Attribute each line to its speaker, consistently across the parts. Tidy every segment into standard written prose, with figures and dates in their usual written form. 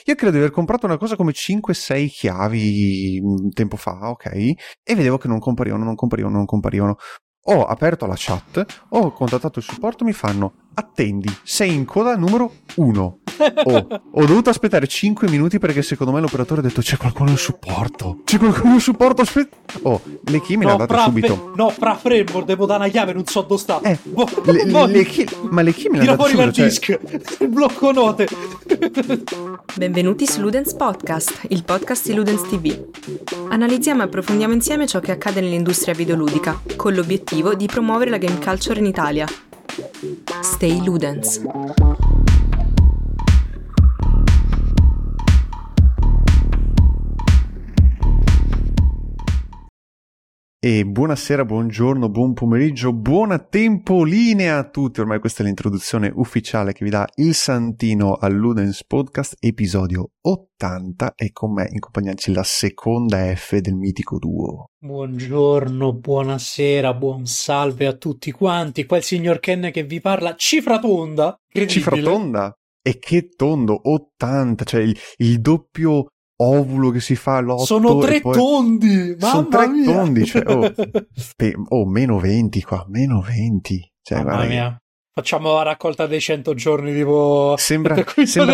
Speaker 1: Io credo di aver comprato una cosa come 5-6 chiavi tempo fa, ok? E vedevo che non comparivano. Ho aperto la chat, ho contattato il supporto, mi fanno: attendi, sei in coda numero 1. Ho dovuto aspettare 5 minuti perché secondo me l'operatore ha detto: c'è qualcuno in supporto, aspetta. Le key me le ha date subito.
Speaker 2: No, fra Framework devo dare una chiave, non so dove sta.
Speaker 1: Ma le key me le ha date subito.
Speaker 2: Disk, il blocco note.
Speaker 3: Benvenuti su Ludens Podcast, il podcast di Ludens TV. Analizziamo e approfondiamo insieme ciò che accade nell'industria videoludica, con l'obiettivo di promuovere la game culture in Italia. Stay Ludens.
Speaker 1: E buonasera, buongiorno, buon pomeriggio, buona tempolinea a tutti. Ormai questa è l'introduzione ufficiale che vi dà il santino al Ludens Podcast, episodio 80, e con me in compagniaci la seconda F del mitico duo.
Speaker 2: Buongiorno, buonasera, buon salve a tutti quanti. Qua il signor Ken che vi parla, cifra tonda.
Speaker 1: Cifra tonda? E che tondo, 80, cioè il doppio ovulo che si fa l'8.
Speaker 2: Sono tre tondi, mamma mia.
Speaker 1: Tondi, cioè, meno 20 qua, meno 20. Cioè,
Speaker 2: mamma mia. Facciamo la raccolta dei 100 giorni, tipo...
Speaker 1: Sembra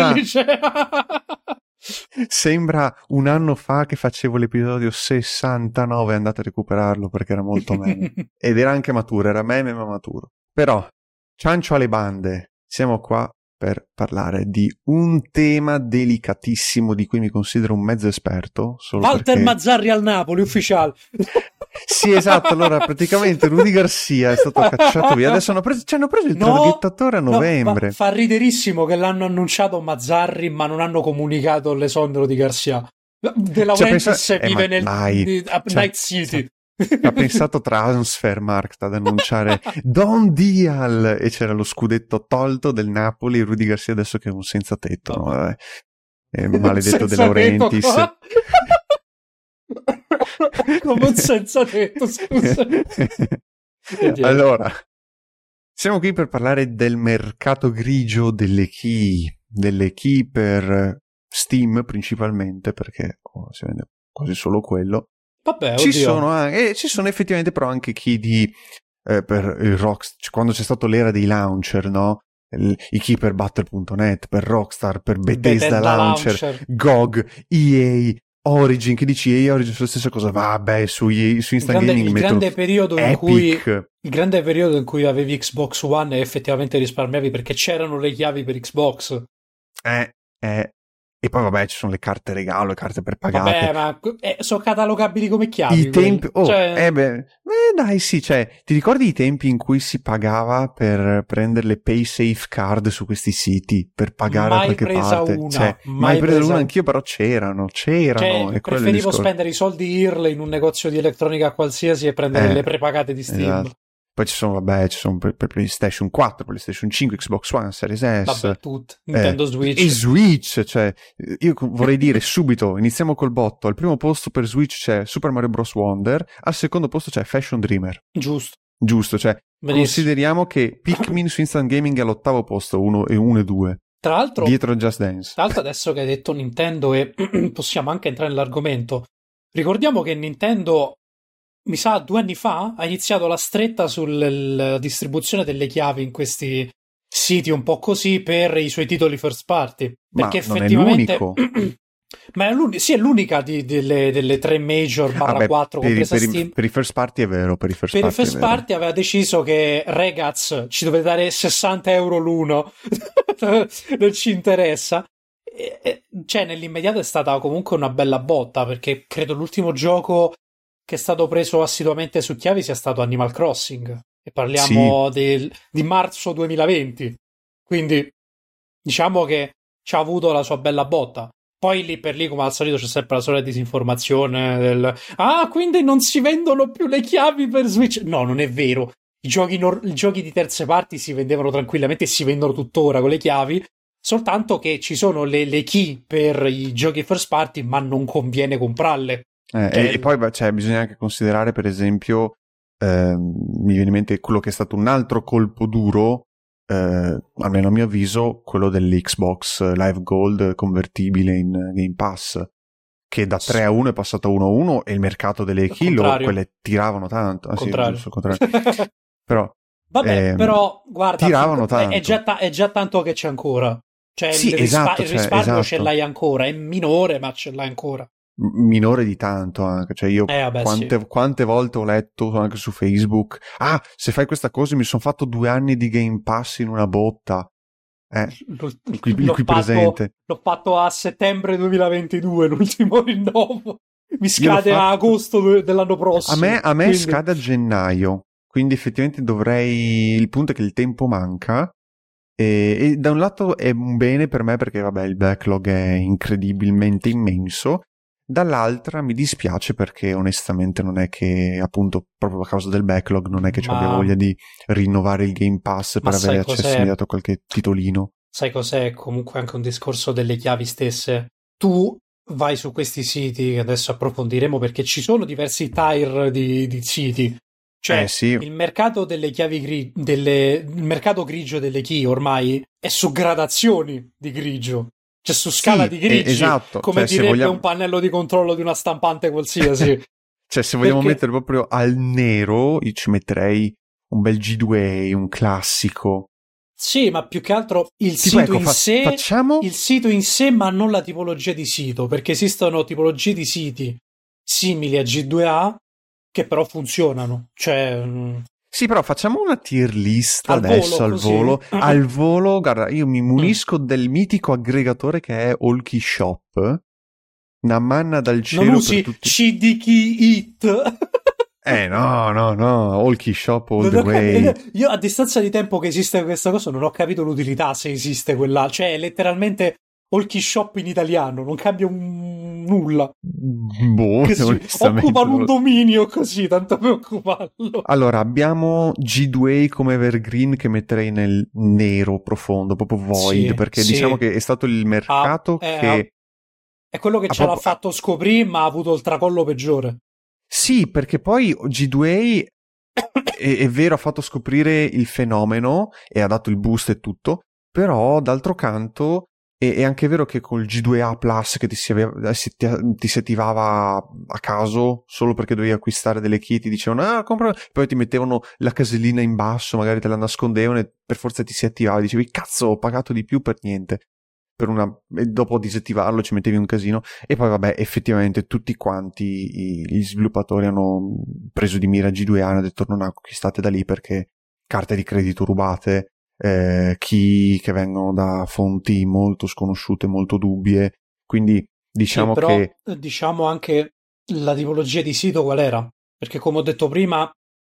Speaker 1: un anno fa che facevo l'episodio 69, andate a recuperarlo perché era molto meme. Ed era anche maturo, era meme ma maturo. Però, ciancio alle bande, siamo qua per parlare di un tema delicatissimo di cui mi considero un mezzo esperto.
Speaker 2: Walter Mazzarri al Napoli, ufficiale.
Speaker 1: Sì, esatto, allora praticamente Rudy Garcia è stato cacciato via. Adesso hanno preso il targettatore a novembre.
Speaker 2: Fa riderissimo che l'hanno annunciato Mazzarri ma non hanno comunicato l'esonero di Garcia. De Laurentiis vive nel Night City.
Speaker 1: Ha pensato Transfermarkt ad annunciare Don Dial e c'era lo scudetto tolto del Napoli e Rudy Garcia adesso che è un senza tetto, no? È maledetto De Laurentiis.
Speaker 2: Come un senza tetto, scusa.
Speaker 1: Allora, siamo qui per parlare del mercato grigio delle key per Steam principalmente, perché si vende quasi solo quello.
Speaker 2: Vabbè,
Speaker 1: ci sono effettivamente però anche key per il Rockstar, quando c'è stato l'era dei launcher, no? I key per Battle.net, per Rockstar, per Bethesda Launcher, GOG, EA, Origin, che dici EA Origin sono la stessa cosa, vabbè, su Instant Gaming
Speaker 2: il grande periodo in cui avevi Xbox One e effettivamente risparmiavi perché c'erano le chiavi per Xbox.
Speaker 1: E poi vabbè ci sono le carte regalo, le carte per pagate.
Speaker 2: Vabbè, ma sono catalogabili come chiavi.
Speaker 1: I tempi... dai sì, cioè, ti ricordi i tempi in cui si pagava per prendere le PaySafe card su questi siti, per pagare a qualche parte? Mai presa una anch'io, però c'erano.
Speaker 2: Cioè, preferivo spendere i soldi IRL in un negozio di elettronica qualsiasi e prendere le prepagate di Steam.
Speaker 1: Esatto. Poi ci sono per PlayStation 4, PlayStation 5, Xbox One, Series S.
Speaker 2: Vabbè, Nintendo Switch.
Speaker 1: E Switch, cioè, io vorrei dire subito, iniziamo col botto. Al primo posto per Switch c'è Super Mario Bros. Wonder, al secondo posto c'è Fashion Dreamer. Giusto, cioè, benissimo. Consideriamo che Pikmin su Instant Gaming è all'8º posto, 1 e 2.
Speaker 2: Tra l'altro,
Speaker 1: dietro Just Dance.
Speaker 2: Tra l'altro adesso che hai detto Nintendo e possiamo anche entrare nell'argomento, ricordiamo che Nintendo... mi sa 2 anni fa ha iniziato la stretta sulla distribuzione delle chiavi in questi siti un po' così per i suoi titoli first party, perché effettivamente
Speaker 1: non è l'unico.
Speaker 2: Ma è l'unica delle 3 major / 4 compresa Steam.
Speaker 1: Per i first party è vero, per i
Speaker 2: first party aveva deciso che ragazzi ci dovete dare 60 euro l'uno. Non ci interessa. Cioè nell'immediato è stata comunque una bella botta, perché credo l'ultimo gioco che è stato preso assiduamente su chiavi sia stato Animal Crossing, e parliamo di marzo 2020, quindi diciamo che ci ha avuto la sua bella botta. Poi lì per lì, come al solito, c'è sempre la solita disinformazione quindi non si vendono più le chiavi per Switch. No, non è vero, i giochi di terze parti si vendevano tranquillamente e si vendono tuttora con le chiavi, soltanto che ci sono le key per i giochi first party, ma non conviene comprarle.
Speaker 1: E poi bisogna anche considerare, per esempio, mi viene in mente quello che è stato un altro colpo duro almeno a mio avviso, quello dell'Xbox Live Gold convertibile in Game Pass, che da 3-1 è passato a 1-1, e il mercato delle key quelle tiravano tanto.
Speaker 2: Contrario.
Speaker 1: Però
Speaker 2: vabbè, però guarda,
Speaker 1: tiravano tanto.
Speaker 2: È già tanto che c'è ancora. Cioè,
Speaker 1: sì,
Speaker 2: il risparmio ce l'hai ancora, è minore, ma ce l'hai ancora.
Speaker 1: Minore di tanto anche, cioè io quante volte ho letto anche su Facebook, se fai questa cosa mi sono fatto 2 anni di Game Pass in una botta. Qui presente.
Speaker 2: L'ho fatto a settembre 2022, l'ultimo rinnovo. Mi scade a agosto dell'anno prossimo.
Speaker 1: A me scade a gennaio, quindi effettivamente il punto è che il tempo manca, e da un lato è un bene per me perché vabbè il backlog è incredibilmente immenso, dall'altra mi dispiace perché onestamente non è che, appunto, proprio a causa del backlog non è che abbia voglia di rinnovare il Game Pass per avere accesso immediato a qualche titolino.
Speaker 2: Sai cos'è? Comunque anche un discorso delle chiavi stesse. Tu vai su questi siti che adesso approfondiremo, perché ci sono diversi tier di siti. Cioè,
Speaker 1: sì.
Speaker 2: Il mercato delle chiavi il mercato grigio delle key ormai è su gradazioni di grigio. Cioè su scala di grigi,
Speaker 1: esatto.
Speaker 2: come direbbe un pannello di controllo di una stampante qualsiasi.
Speaker 1: Cioè se vogliamo mettere proprio al nero, io ci metterei un bel G2A, un classico.
Speaker 2: Sì, ma più che altro il sito in sé, ma non la tipologia di sito, perché esistono tipologie di siti simili a G2A che però funzionano. Cioè...
Speaker 1: Sì, però facciamo una tier list adesso al volo. Al volo, guarda, io mi munisco del mitico aggregatore che è Allkey Shop. Una manna dal cielo.
Speaker 2: Non usi CDKey It?
Speaker 1: No, Allkey Shop all the way.
Speaker 2: Io a distanza di tempo che esiste questa cosa non ho capito l'utilità, se esiste quella. Cioè, letteralmente Allkey Shop in italiano, non cambia nulla. Occupano un dominio così, tanto per occuparlo.
Speaker 1: Allora, abbiamo G2A come evergreen che metterei nel nero profondo, proprio void, perché diciamo che è stato il mercato che...
Speaker 2: È quello che ce l'ha fatto scoprire, ma ha avuto il tracollo peggiore.
Speaker 1: Sì, perché poi G2A è vero, ha fatto scoprire il fenomeno e ha dato il boost e tutto, però d'altro canto è anche vero che col G2A Plus che ti si attivava a caso solo perché dovevi acquistare delle key, ti dicevano compra, poi ti mettevano la casellina in basso, magari te la nascondevano e per forza ti si attivava, dicevi cazzo ho pagato di più per niente, e dopo disattivarlo ci mettevi un casino. E poi vabbè, effettivamente tutti quanti gli sviluppatori hanno preso di mira G2A, hanno detto non acquistate da lì perché carte di credito rubate, key che vengono da fonti molto sconosciute, molto dubbie, quindi diciamo
Speaker 2: diciamo anche la tipologia di sito qual era, perché come ho detto prima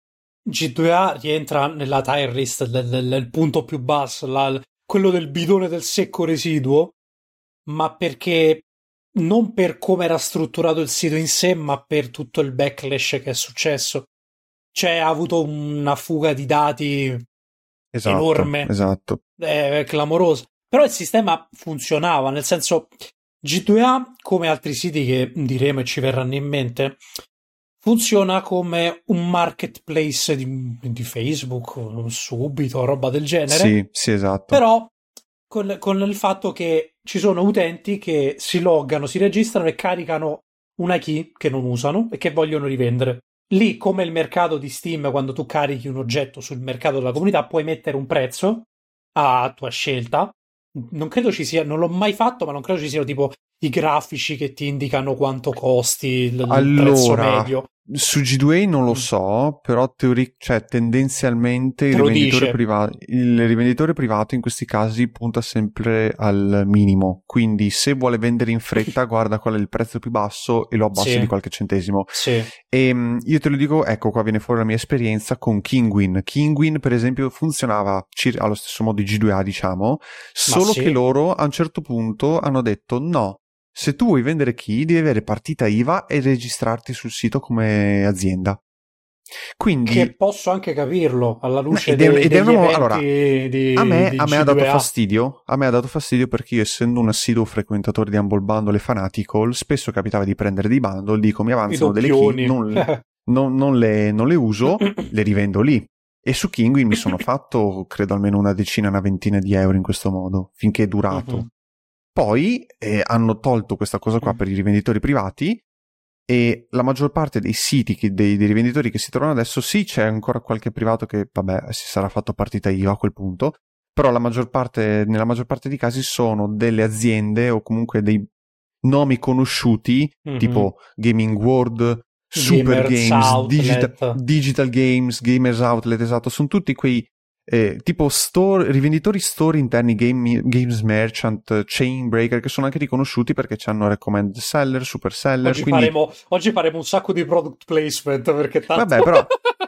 Speaker 2: G2A rientra nella tier list del punto più basso, quello del bidone del secco residuo, ma perché non per come era strutturato il sito in sé, ma per tutto il backlash che è successo. Cioè ha avuto una fuga di dati enorme, clamorosa. Però il sistema funzionava, nel senso G2A, come altri siti che diremo e ci verranno in mente, funziona come un marketplace di Facebook, Subito, roba del genere.
Speaker 1: Sì, esatto.
Speaker 2: Però con il fatto che ci sono utenti che si loggano, si registrano e caricano una key che non usano e che vogliono rivendere. Lì, come il mercato di Steam, quando tu carichi un oggetto sul mercato della comunità, puoi mettere un prezzo a tua scelta. Non credo ci sia, non l'ho mai fatto, ma non credo ci siano tipo i grafici che ti indicano quanto costi il prezzo medio.
Speaker 1: Su G2A non lo so, però tendenzialmente il rivenditore privato in questi casi punta sempre al minimo, quindi se vuole vendere in fretta guarda qual è il prezzo più basso e lo abbassa di qualche centesimo. E io te lo dico, ecco qua viene fuori la mia esperienza con Kinguin, per esempio funzionava allo stesso modo di G2A, diciamo, solo che loro a un certo punto hanno detto no, se tu vuoi vendere key devi avere partita IVA e registrarti sul sito come azienda. Quindi
Speaker 2: che posso anche capirlo alla luce degli eventi di
Speaker 1: a me ha dato fastidio. A me ha dato fastidio perché io, essendo un assiduo frequentatore di Humble Bundle e Fanatical, spesso capitava di prendere dei bundle, dico mi avanzano delle key, non le uso, le rivendo lì. E su Kinguin mi sono fatto, credo, almeno una decina, una ventina di euro in questo modo, finché è durato.
Speaker 2: Mhm.
Speaker 1: Poi hanno tolto questa cosa qua per i rivenditori privati, e la maggior parte dei siti dei rivenditori che si trovano adesso, sì, c'è ancora qualche privato che, vabbè, si sarà fatto partita IVA a quel punto, però nella maggior parte dei casi sono delle aziende o comunque dei nomi conosciuti, tipo Gaming World, Super
Speaker 2: Gamers
Speaker 1: Games,
Speaker 2: Outlet.
Speaker 1: Digital Games, Gamers Outlet, esatto, sono tutti quei tipo rivenditori store interni, Games Merchant, Chain Breaker, che sono anche riconosciuti perché hanno recommended seller, super seller.
Speaker 2: Oggi faremo un sacco di product placement, perché tanto...
Speaker 1: Vabbè, però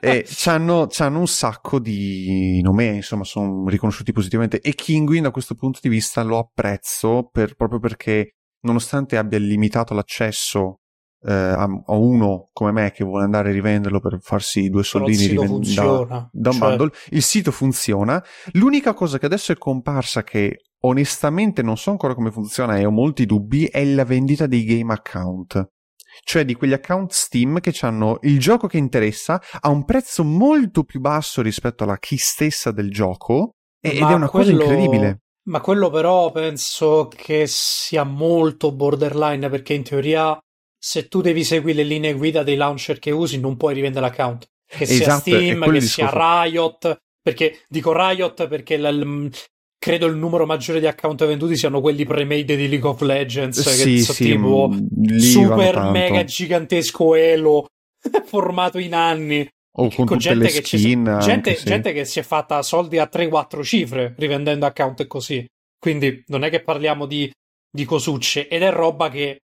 Speaker 1: c'hanno un sacco di nome, insomma, sono riconosciuti positivamente, e Kinguin da questo punto di vista lo apprezzo proprio perché, nonostante abbia limitato l'accesso a uno come me che vuole andare a rivenderlo per farsi due soldini
Speaker 2: Però il sito funziona,
Speaker 1: da un bundle, il sito funziona. L'unica cosa che adesso è comparsa, che onestamente non so ancora come funziona e ho molti dubbi, è la vendita dei game account, cioè di quegli account Steam che hanno il gioco che interessa a un prezzo molto più basso rispetto alla key stessa del gioco, ed è una cosa incredibile.
Speaker 2: Ma quello però penso che sia molto borderline, perché in teoria se tu devi seguire le linee guida dei launcher che usi non puoi rivendere l'account, che sia Steam, che sia Riot, perché dico Riot perché credo il numero maggiore di account venduti siano quelli pre-made di League of Legends, che sono tipo super mega gigantesco Elo formato in anni,
Speaker 1: o con tutte
Speaker 2: gente
Speaker 1: le
Speaker 2: che
Speaker 1: skin,
Speaker 2: gente che si è fatta soldi a 3-4 cifre rivendendo account e così, quindi non è che parliamo di cosucce, ed è roba che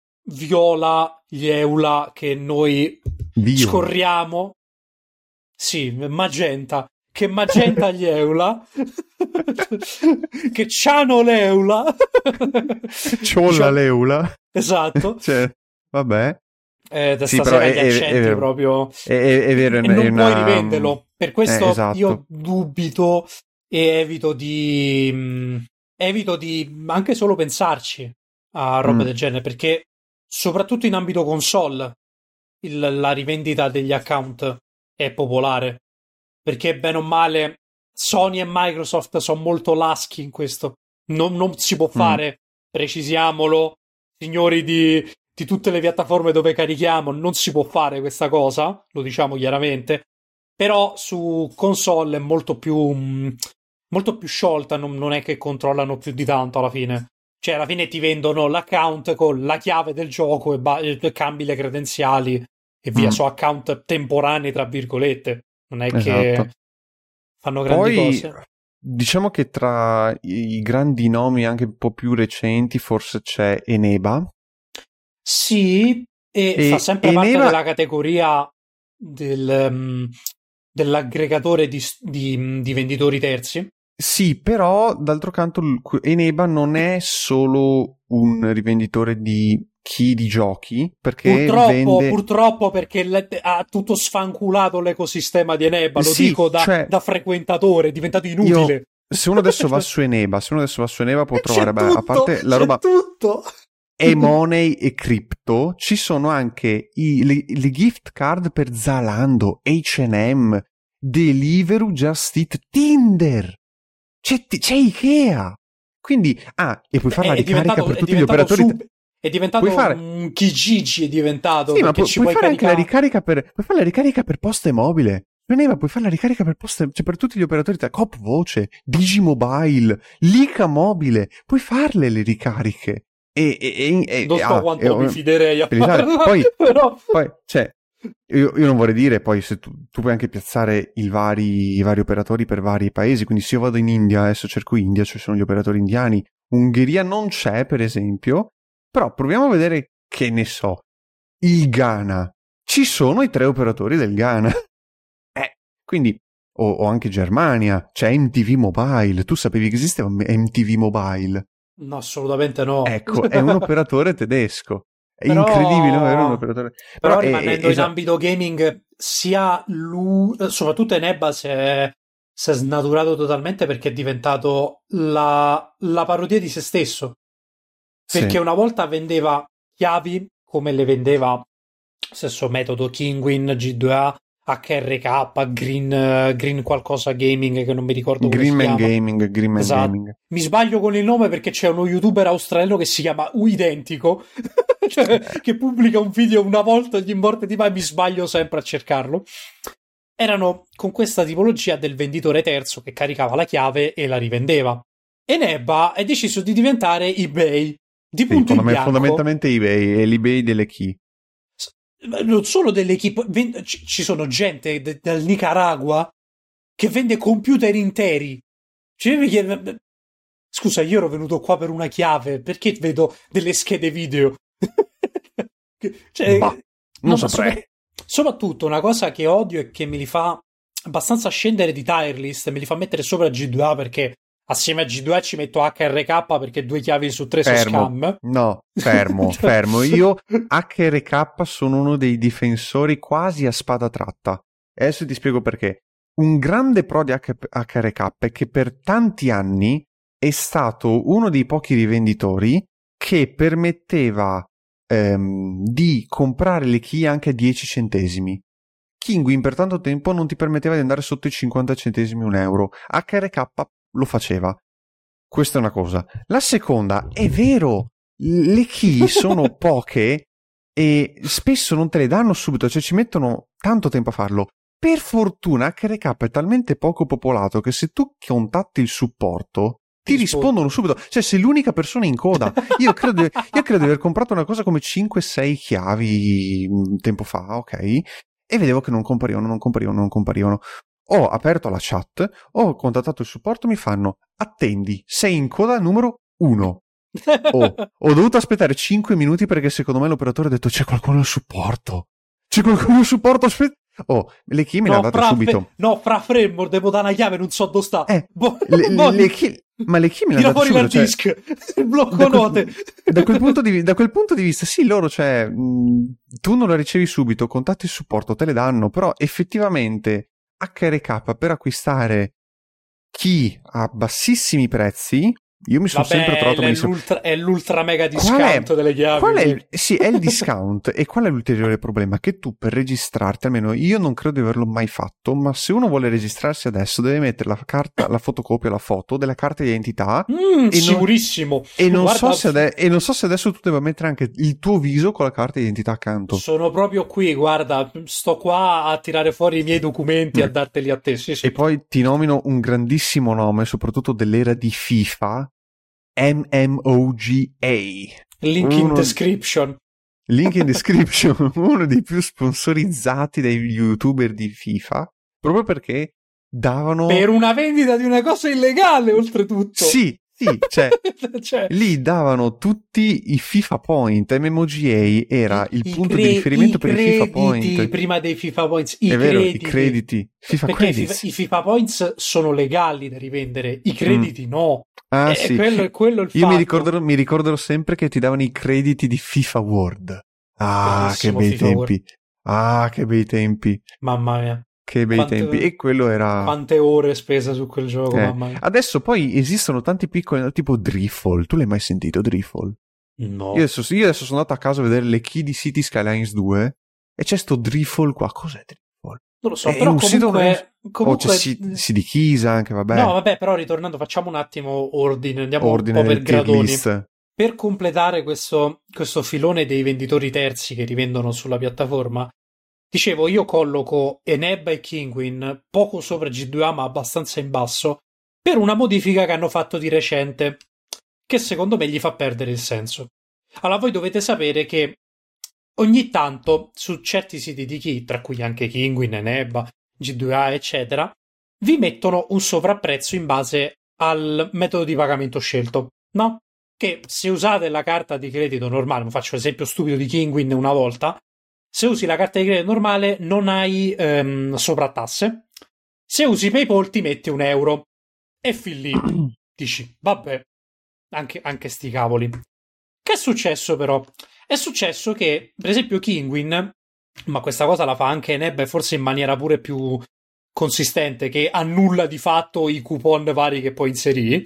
Speaker 2: viola gli EULA che noi scorriamo. Sì, magenta gli EULA che c'hanno l'EULA,
Speaker 1: c'ho l'EULA,
Speaker 2: esatto,
Speaker 1: cioè, vabbè.
Speaker 2: Sì, stasera gli accenti proprio
Speaker 1: è vero,
Speaker 2: e non puoi rivenderlo, per questo
Speaker 1: esatto.
Speaker 2: io dubito e evito di anche solo pensarci a robe del genere, perché soprattutto in ambito console la rivendita degli account è popolare, perché bene o male Sony e Microsoft sono molto laschi in questo, non si può fare, precisiamolo, signori di tutte le piattaforme dove carichiamo, non si può fare questa cosa, lo diciamo chiaramente, però su console è molto più sciolta, non è che controllano più di tanto alla fine. Cioè, alla fine ti vendono l'account con la chiave del gioco e cambi le credenziali e via. Sono account temporanei, tra virgolette. Non è che fanno grandi cose.
Speaker 1: Diciamo che tra i grandi nomi anche un po' più recenti forse c'è Eneba.
Speaker 2: Sì, e fa sempre parte della categoria dell'aggregatore di venditori terzi.
Speaker 1: Sì, però d'altro canto Eneba non è solo un rivenditore di key di giochi, perché
Speaker 2: purtroppo perché ha tutto sfanculato l'ecosistema di Eneba, lo dico da frequentatore, è diventato inutile.
Speaker 1: Se uno adesso va su Eneba, può trovare, a parte la roba
Speaker 2: tutto.
Speaker 1: e-money e crypto, ci sono anche le gift card per Zalando, H&M, Deliveroo, Just Eat, Tinder. C'è Ikea, quindi e puoi fare la ricarica per tutti gli operatori.
Speaker 2: È diventato un Kijiji, è diventato.
Speaker 1: Sì, ma puoi fare anche la ricarica puoi fare la ricarica per posta e mobile. Puoi fare la ricarica per posta, cioè per tutti gli operatori, Coop Voce, Digimobile, Lica Mobile, puoi farle le ricariche.
Speaker 2: Non so quanto mi fiderei a farlo.
Speaker 1: Poi, cioè, io non vorrei dire, poi se tu puoi anche piazzare i vari operatori per vari paesi, quindi se io vado in India, adesso cerco India, cioè sono gli operatori indiani, Ungheria non c'è per esempio, però proviamo a vedere, che ne so, il Ghana, ci sono i 3 operatori del Ghana, quindi, o anche Germania, c'è MTV Mobile, tu sapevi che esisteva MTV Mobile?
Speaker 2: No, assolutamente no.
Speaker 1: Ecco, è un operatore tedesco. È incredibile, no? Era un operatore.
Speaker 2: Però rimanendo in ambito gaming, soprattutto Eneba si è snaturato totalmente, perché è diventato la parodia di se stesso. Perché una volta vendeva chiavi come le vendeva stesso metodo Kinguin, G2A, HRK, Green qualcosa gaming, che non mi ricordo come si chiama.
Speaker 1: Greenman
Speaker 2: Esatto.
Speaker 1: Gaming.
Speaker 2: Mi sbaglio con il nome perché c'è uno youtuber australiano che si chiama Identico, cioè, che pubblica un video una volta ogni morte di mai, mi sbaglio sempre a cercarlo. Erano con questa tipologia del venditore terzo che caricava la chiave e la rivendeva. E Nebba è deciso di diventare eBay, di punto in bianco.
Speaker 1: Fondamentalmente eBay è l'eBay delle key.
Speaker 2: Non solo delle equip, ci sono gente dal Nicaragua che vende computer interi. Cioè, scusa, io ero venuto qua per una chiave, perché vedo delle schede video? Cioè,
Speaker 1: non saprei.
Speaker 2: Soprattutto una cosa che odio e che me li fa abbastanza scendere di tier list, me li fa mettere sopra G2A, perché assieme a G2A ci metto HRK perché 2 chiavi su 3 sono scam.
Speaker 1: No, fermo. Io HRK sono uno dei difensori quasi a spada tratta. Adesso ti spiego perché. Un grande pro di HRK è che per tanti anni è stato uno dei pochi rivenditori che permetteva di comprare le key anche a 10 centesimi. Kinguin per tanto tempo non ti permetteva di andare sotto i 50 centesimi, €1. HRK lo faceva. Questa è una cosa. La seconda, è vero, le key sono poche e spesso non te le danno subito, cioè ci mettono tanto tempo a farlo. Per fortuna HRK è talmente poco popolato che se tu contatti il supporto ti rispondono subito, cioè sei l'unica persona in coda. Io credo di aver comprato una cosa come 5-6 chiavi tempo fa, ok? E vedevo che non comparivano. Ho aperto la chat, ho contattato il supporto, mi fanno: attendi, sei in coda numero 1. Ho dovuto aspettare 5 minuti perché secondo me l'operatore ha detto: c'è qualcuno al supporto, aspetta. Le key me le ha date subito.
Speaker 2: Fra Framework devo dare una chiave, non so dove sta.
Speaker 1: Le key me le ha date
Speaker 2: fuori
Speaker 1: subito.
Speaker 2: Cioè, disk, il blocco note.
Speaker 1: Da quel punto di vista, sì, loro, cioè, tu non la ricevi subito, contatti il supporto, te le danno, però effettivamente HRK per acquistare key a bassissimi prezzi, io mi sono sempre trovato benissimo.
Speaker 2: È l'ultra mega discount delle chiavi.
Speaker 1: Sì, è il discount. E qual è l'ulteriore problema? Che tu per registrarti, almeno io non credo di averlo mai fatto, ma se uno vuole registrarsi adesso deve mettere la fotocopia, la foto della carta di identità.
Speaker 2: Sicurissimo.
Speaker 1: Non so se adesso tu debba mettere anche il tuo viso con la carta di identità accanto.
Speaker 2: Sono proprio qui, guarda, sto qua a tirare fuori i miei documenti, a darteli a te. Sì.
Speaker 1: E poi ti nomino un grandissimo nome, soprattutto dell'era di FIFA, MMOGA.
Speaker 2: Link in description,
Speaker 1: uno dei più sponsorizzati dai youtuber di FIFA, proprio perché davano...
Speaker 2: Per una vendita di una cosa illegale, oltretutto.
Speaker 1: Sì, cioè, lì davano tutti i FIFA Point. MMOGA era il punto di riferimento per i FIFA Point.
Speaker 2: Prima dei FIFA Points,
Speaker 1: i crediti. FIFA
Speaker 2: perché
Speaker 1: Credits.
Speaker 2: I FIFA Points sono legali da rivendere, i crediti no.
Speaker 1: Sì.
Speaker 2: Quello il
Speaker 1: Io
Speaker 2: fatto.
Speaker 1: mi ricorderò sempre che ti davano i crediti di FIFA World.
Speaker 2: Bellissimo,
Speaker 1: che bei
Speaker 2: FIFA
Speaker 1: tempi. Che bei tempi.
Speaker 2: Mamma mia.
Speaker 1: Che bei tempi. E quello era...
Speaker 2: Quante ore spese su quel gioco, mamma mia.
Speaker 1: Adesso poi esistono tanti piccoli, tipo Driftfall. Tu l'hai mai sentito, Driftfall?
Speaker 2: No.
Speaker 1: Io adesso sono andato a casa a vedere le key di City Skylines 2 e c'è sto Driftfall qua. Cos'è Driftfall?
Speaker 2: Non lo so, però comunque...
Speaker 1: c'è CD Keys anche, vabbè.
Speaker 2: No, vabbè, però ritornando, facciamo un attimo ordine, andiamo un po' per gradoni.
Speaker 1: List.
Speaker 2: Per completare questo filone dei venditori terzi che rivendono sulla piattaforma, dicevo, io colloco Eneba e Kinguin poco sopra G2A ma abbastanza in basso per una modifica che hanno fatto di recente che secondo me gli fa perdere il senso. Allora, voi dovete sapere che ogni tanto su certi siti di key, tra cui anche Kinguin, Eneba, G2A eccetera, vi mettono un sovrapprezzo in base al metodo di pagamento scelto, no? Che se usate la carta di credito normale, faccio l'esempio stupido di Kinguin una volta, se usi la carta di credito normale non hai sovrattasse, se usi PayPal ti metti €1 e fin lì dici vabbè, anche sti cavoli. Che è successo però? È successo che per esempio Kinguin, ma questa cosa la fa anche Eneba e forse in maniera pure più consistente, che annulla di fatto i coupon vari che puoi inserire,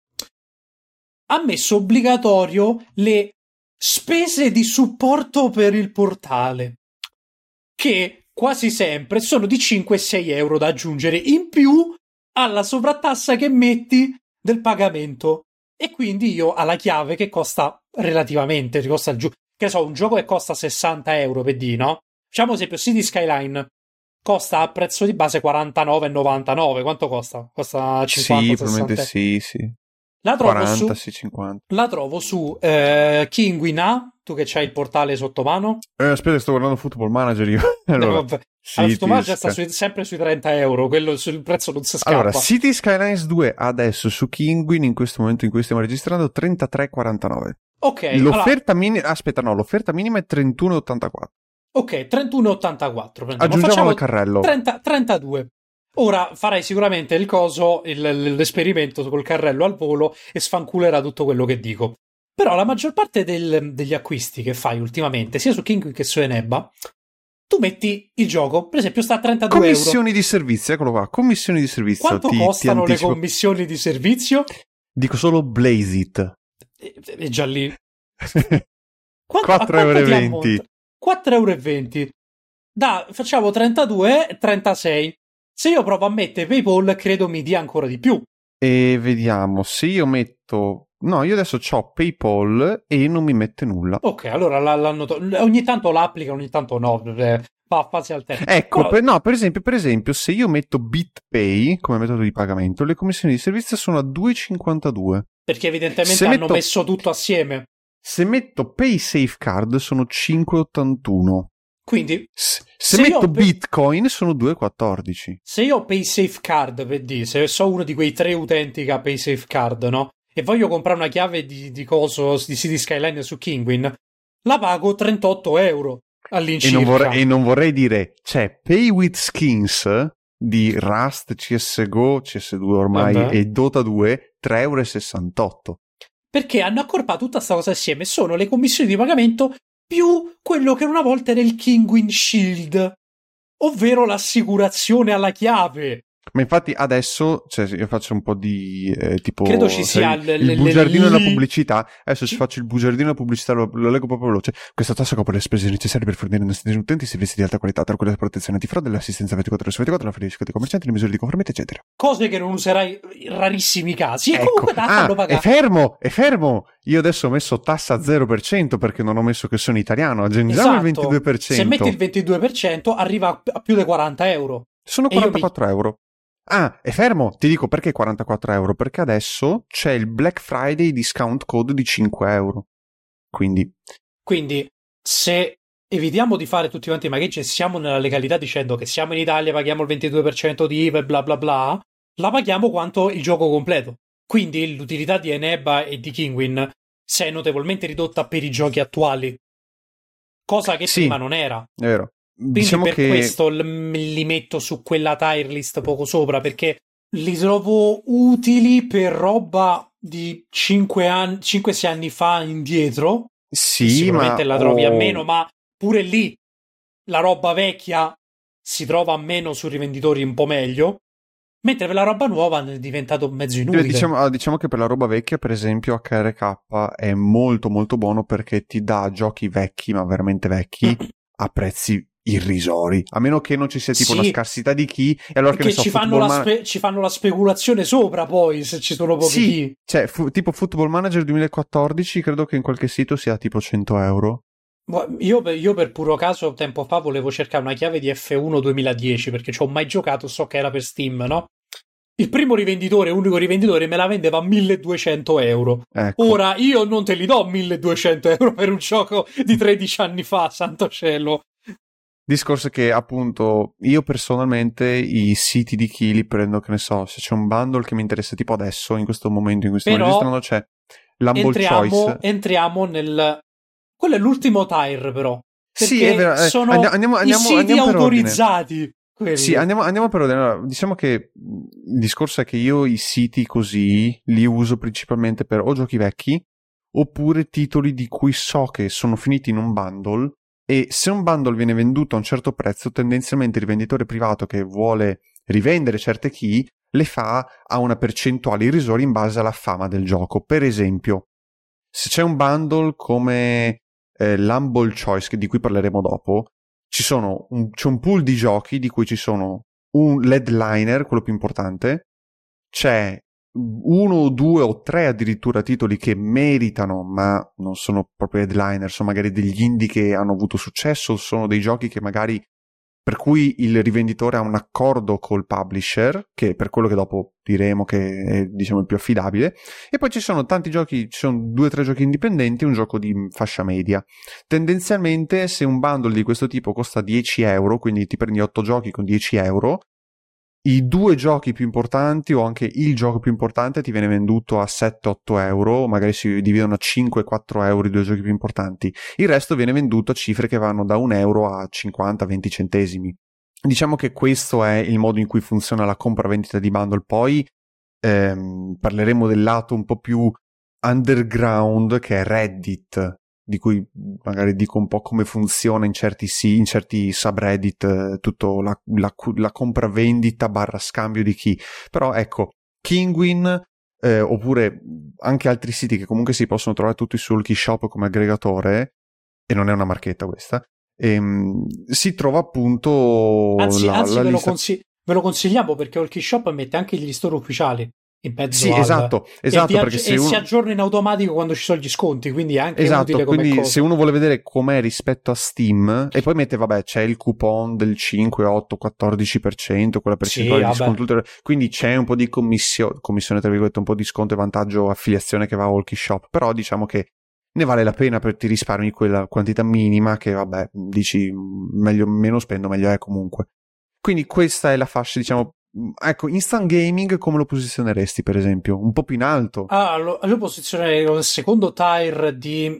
Speaker 2: ha messo obbligatorio le spese di supporto per il portale, che quasi sempre sono di 5-6 euro da aggiungere in più alla sovrattassa che metti del pagamento. E quindi io alla chiave che costa relativamente, che so, un gioco che costa 60 euro per dire, no? Facciamo esempio, City Skyline costa a prezzo di base 49,99. Quanto costa? Costa 50,
Speaker 1: sì,
Speaker 2: 60.
Speaker 1: probabilmente sì.
Speaker 2: La trovo
Speaker 1: 40,
Speaker 2: su,
Speaker 1: sì, 50.
Speaker 2: La trovo su Kinguina, tu che c'hai il portale sotto mano.
Speaker 1: Aspetta, sto guardando Football Manager io. Allora,
Speaker 2: Vabbè. Football Manager sta sempre sui 30 euro, quello sul prezzo non si scappa.
Speaker 1: Allora, City Skylines 2 adesso su Kinguin, in questo momento in cui stiamo registrando, 33,49.
Speaker 2: Ok.
Speaker 1: L'offerta minima, aspetta, no, l'offerta minima è 31,84.
Speaker 2: Ok, 31,84.
Speaker 1: Aggiungiamo al carrello.
Speaker 2: 32. Ora farai sicuramente il coso, l'esperimento col carrello al volo e sfanculerà tutto quello che dico. Però la maggior parte degli acquisti che fai ultimamente, sia su Kinguin che su Eneba, tu metti il gioco, per esempio sta a 32
Speaker 1: commissioni
Speaker 2: euro.
Speaker 1: Di servizio, eccolo qua, commissioni di servizio.
Speaker 2: Quanto costano le commissioni di servizio?
Speaker 1: Dico solo Blaze It.
Speaker 2: È già lì.
Speaker 1: 4,20 €.
Speaker 2: 4,20 €. Facciamo 32 e 36. Se io provo a mettere PayPal, credo mi dia ancora di più.
Speaker 1: E vediamo, se io metto... No, io adesso c'ho PayPal e non mi mette nulla.
Speaker 2: Ok, allora ogni tanto l'applica, ogni tanto no. Va a fase alterna.
Speaker 1: Ecco, per esempio, se io metto BitPay come metodo di pagamento, le commissioni di servizio sono a 2,52.
Speaker 2: Perché evidentemente hanno messo tutto assieme.
Speaker 1: Se metto PaySafeCard sono 5,81.
Speaker 2: Quindi
Speaker 1: se metto Bitcoin sono 2,14.
Speaker 2: Se io ho PaySafeCard, per dire, se so uno di quei 3 utenti che ha PaySafeCard, no? E voglio comprare una chiave di coso di City Skyline su Kinguin, la pago 38 euro all'incirca.
Speaker 1: E non vorrei dire, c'è Pay with Skins di Rust, CSGO, CS2 ormai e Dota 2, 3,68 €.
Speaker 2: Perché hanno accorpato tutta sta cosa assieme, sono le commissioni di pagamento più quello che una volta era il Kinguin Shield, ovvero l'assicurazione alla chiave.
Speaker 1: Ma infatti adesso, cioè, io faccio un po' di tipo...
Speaker 2: Credo ci sia
Speaker 1: il bugiardino della pubblicità. Adesso ci faccio il bugiardino della pubblicità, lo leggo proprio veloce. Questa tassa copre le spese necessarie per fornire ai nostri utenti servizi di alta qualità, tra cui la protezione antifrode, l'assistenza 24 ore su 24, la felicità dei commercianti, le misure di conformità, eccetera.
Speaker 2: Cose che non userai in rarissimi casi. E
Speaker 1: ecco.
Speaker 2: comunque fanno pagare.
Speaker 1: È fermo! Io adesso ho messo tassa 0% perché non ho messo che sono italiano. Aggiungiamo il 22%.
Speaker 2: Se metti il 22% arriva a più di 40 euro.
Speaker 1: Sono 44 euro. Ah, è fermo, ti dico perché 44 euro, perché adesso c'è il Black Friday discount code di 5 euro. Quindi
Speaker 2: se evitiamo di fare tutti quanti i maghetti e siamo nella legalità dicendo che siamo in Italia, paghiamo il 22% di IVA e bla bla bla, la paghiamo quanto il gioco completo. Quindi l'utilità di Eneba e di Kinguin si è notevolmente ridotta per i giochi attuali, cosa che prima non era.
Speaker 1: È vero.
Speaker 2: Quindi
Speaker 1: diciamo
Speaker 2: per
Speaker 1: che...
Speaker 2: questo li metto su quella tier list poco sopra, perché li trovo utili per roba di 5-6 anni fa indietro.
Speaker 1: Sì,
Speaker 2: sicuramente
Speaker 1: ma...
Speaker 2: la trovi a meno, ma pure lì la roba vecchia si trova a meno su rivenditori un po' meglio, mentre per la roba nuova è diventato mezzo inutile.
Speaker 1: Diciamo che per la roba vecchia, per esempio, HRK è molto molto buono perché ti dà giochi vecchi, ma veramente vecchi, a prezzi irrisori, a meno che non ci sia tipo una scarsità di key, e allora che ne so,
Speaker 2: ci fanno la speculazione sopra, poi se ci sono pochi key.
Speaker 1: Cioè tipo Football Manager 2014 credo che in qualche sito sia tipo 100 euro.
Speaker 2: Io per puro caso tempo fa volevo cercare una chiave di F1 2010 perché ci ho mai giocato, so che era per Steam, no? Il primo rivenditore, unico rivenditore, me la vendeva a 1.200 euro.
Speaker 1: Ecco.
Speaker 2: Ora io non te li do 1.200 euro per un gioco di 13 anni fa, santo cielo.
Speaker 1: Discorso che appunto io personalmente i siti di key li prendo, che ne so, se c'è un bundle che mi interessa tipo adesso, in questo momento in cui stiamo registrando, c'è l'Humble Choice.
Speaker 2: Entriamo nel... Quello è l'ultimo tier però. Perché
Speaker 1: sì, è vero.
Speaker 2: Sono
Speaker 1: andiamo
Speaker 2: i siti autorizzati.
Speaker 1: Sì, andiamo per ordine. Allora, diciamo che il discorso è che io i siti così li uso principalmente per o giochi vecchi oppure titoli di cui so che sono finiti in un bundle. E se un bundle viene venduto a un certo prezzo, tendenzialmente il venditore privato che vuole rivendere certe key le fa a una percentuale irrisoria in base alla fama del gioco. Per esempio, se c'è un bundle come l'Humble Choice, di cui parleremo dopo, c'è un pool di giochi di cui ci sono un headliner, quello più importante, c'è 1 o 2 o 3 addirittura titoli che meritano, ma non sono proprio headliner, sono magari degli indie che hanno avuto successo, sono dei giochi che magari per cui il rivenditore ha un accordo col publisher, che per quello che dopo diremo che è, diciamo, il più affidabile, e poi ci sono tanti giochi, ci sono 2 o 3 giochi indipendenti, un gioco di fascia media. Tendenzialmente, se un bundle di questo tipo costa 10 euro, quindi ti prendi 8 giochi con 10 euro, i 2 giochi più importanti o anche il gioco più importante ti viene venduto a 7-8 euro, magari si dividono a 5-4 euro i 2 giochi più importanti. Il resto viene venduto a cifre che vanno da 1 euro a 50-20 centesimi. Diciamo che questo è il modo in cui funziona la compravendita di bundle. Poi parleremo del lato un po' più underground, che è Reddit, di cui magari dico un po' come funziona in certi subreddit, tutto la compravendita / scambio di key. Però ecco, Kinguin oppure anche altri siti che comunque si possono trovare tutti sul Keyshop come aggregatore, e non è una marchetta questa, si trova appunto
Speaker 2: anzi ve
Speaker 1: lista...
Speaker 2: ve lo consigliamo, perché il Keyshop mette anche gli store ufficiali in mezzo
Speaker 1: sì, esatto, perché se
Speaker 2: si aggiorna in automatico quando ci sono gli sconti, quindi è anche utile come
Speaker 1: quindi
Speaker 2: cosa.
Speaker 1: Se uno vuole vedere com'è rispetto a Steam, e poi mette, vabbè, c'è il coupon del 5, 8, 14%, quella percentuale di sconto, quindi c'è un po' di commissione tra virgolette, un po' di sconto e vantaggio affiliazione che va a Walkie Shop, però diciamo che ne vale la pena, per ti risparmi quella quantità minima che, vabbè, dici meglio, meno spendo meglio è comunque. Quindi questa è la fascia, diciamo. Ecco, instant gaming come lo posizioneresti, per esempio? Un po' più in alto?
Speaker 2: Lo posizionerei come secondo tier di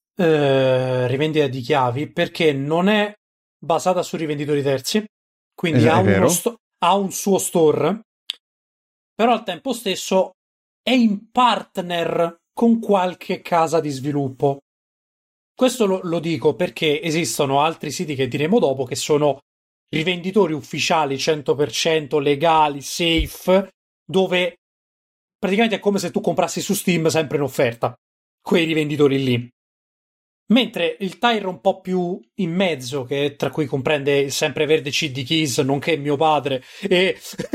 Speaker 2: rivendita di chiavi, perché non è basata su rivenditori terzi, quindi ha un suo store, però al tempo stesso è in partner con qualche casa di sviluppo. Questo lo dico perché esistono altri siti che diremo dopo che sono rivenditori ufficiali 100% legali, safe, dove praticamente è come se tu comprassi su Steam sempre in offerta quei rivenditori lì. Mentre il tier un po' più in mezzo, che tra cui comprende il sempreverde CD Keys, nonché mio padre, e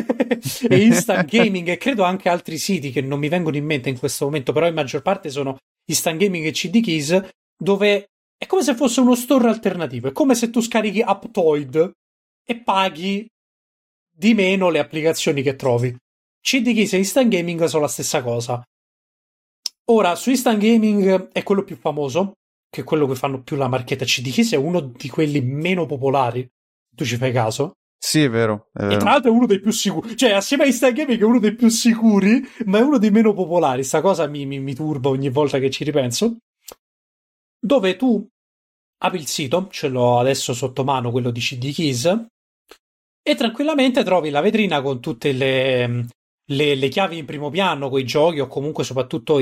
Speaker 2: Instant Gaming, e credo anche altri siti che non mi vengono in mente in questo momento, però in maggior parte sono Instant Gaming e CD Keys, dove è come se fosse uno store alternativo, è come se tu scarichi Aptoid e paghi di meno le applicazioni che trovi. CD Keys e Instant Gaming sono la stessa cosa. Ora, su Instant Gaming è quello più famoso, che è quello che fanno più la marchetta. CD Keys è uno di quelli meno popolari, tu ci fai caso?
Speaker 1: Sì, è vero.
Speaker 2: E tra l'altro è uno dei più sicuri, cioè assieme a Instant Gaming è uno dei più sicuri, ma è uno dei meno popolari. Sta cosa mi turba ogni volta che ci ripenso. Dove tu apri il sito, ce l'ho adesso sotto mano, quello di CD Keys, e tranquillamente trovi la vetrina con tutte le chiavi in primo piano, con i giochi, o comunque soprattutto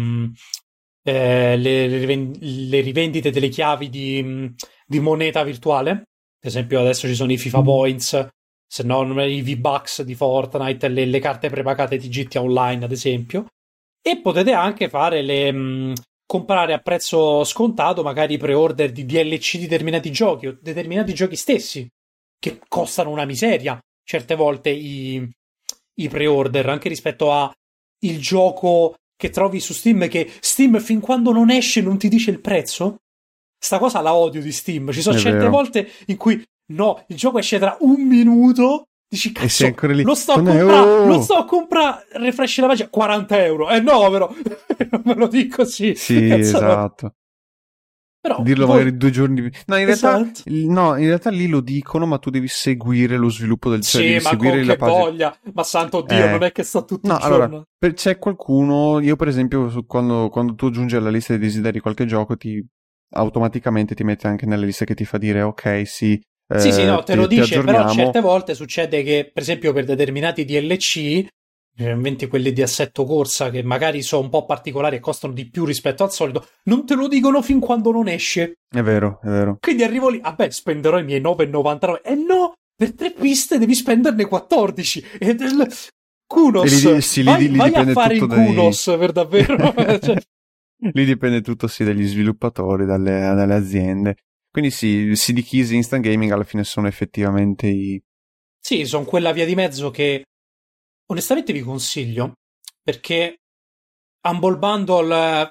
Speaker 2: le rivendite delle chiavi di moneta virtuale. Per esempio adesso ci sono i FIFA Points, se no i V-Bucks di Fortnite, le carte prepagate di GTA Online ad esempio, e potete anche fare comprare a prezzo scontato magari pre-order di DLC di determinati giochi o determinati giochi stessi, che costano una miseria certe volte i pre-order, anche rispetto a il gioco che trovi su Steam, che Steam fin quando non esce non ti dice il prezzo. Sta cosa la odio di Steam. Ci sono certe volte in cui no, il gioco esce tra un minuto, dici cazzo, lo sto a comprare, refresh la pagina, 40 euro. No, però non me lo dico così.
Speaker 1: Sì, esatto.
Speaker 2: Però
Speaker 1: dirlo magari 2 giorni. No, in
Speaker 2: esatto.
Speaker 1: in realtà lì lo dicono, ma tu devi seguire lo sviluppo del
Speaker 2: sì, devi seguire la pagina. Voglia, ma santo Dio, non è che sta tutto il giorno.
Speaker 1: Allora, c'è qualcuno, io per esempio, quando tu aggiungi alla lista dei desideri qualche gioco, automaticamente ti mette anche nelle liste che ti fa dire ok, sì.
Speaker 2: Sì, no, te lo dice, però certe volte succede che, per esempio, per determinati DLC, ovviamente quelli di assetto corsa, che magari sono un po' particolari e costano di più rispetto al solito, non te lo dicono fin quando non esce.
Speaker 1: È vero, è vero.
Speaker 2: Quindi arrivo lì, spenderò i miei 9,99. No, per 3 piste devi spenderne 14. Kunos, vai a fare in Kunos, per davvero.
Speaker 1: Lì dipende tutto, sì, dagli sviluppatori, dalle aziende. Quindi sì, CD Keys e Instant Gaming alla fine sono effettivamente i...
Speaker 2: Sì, sono quella via di mezzo che onestamente vi consiglio, perché Humble Bundle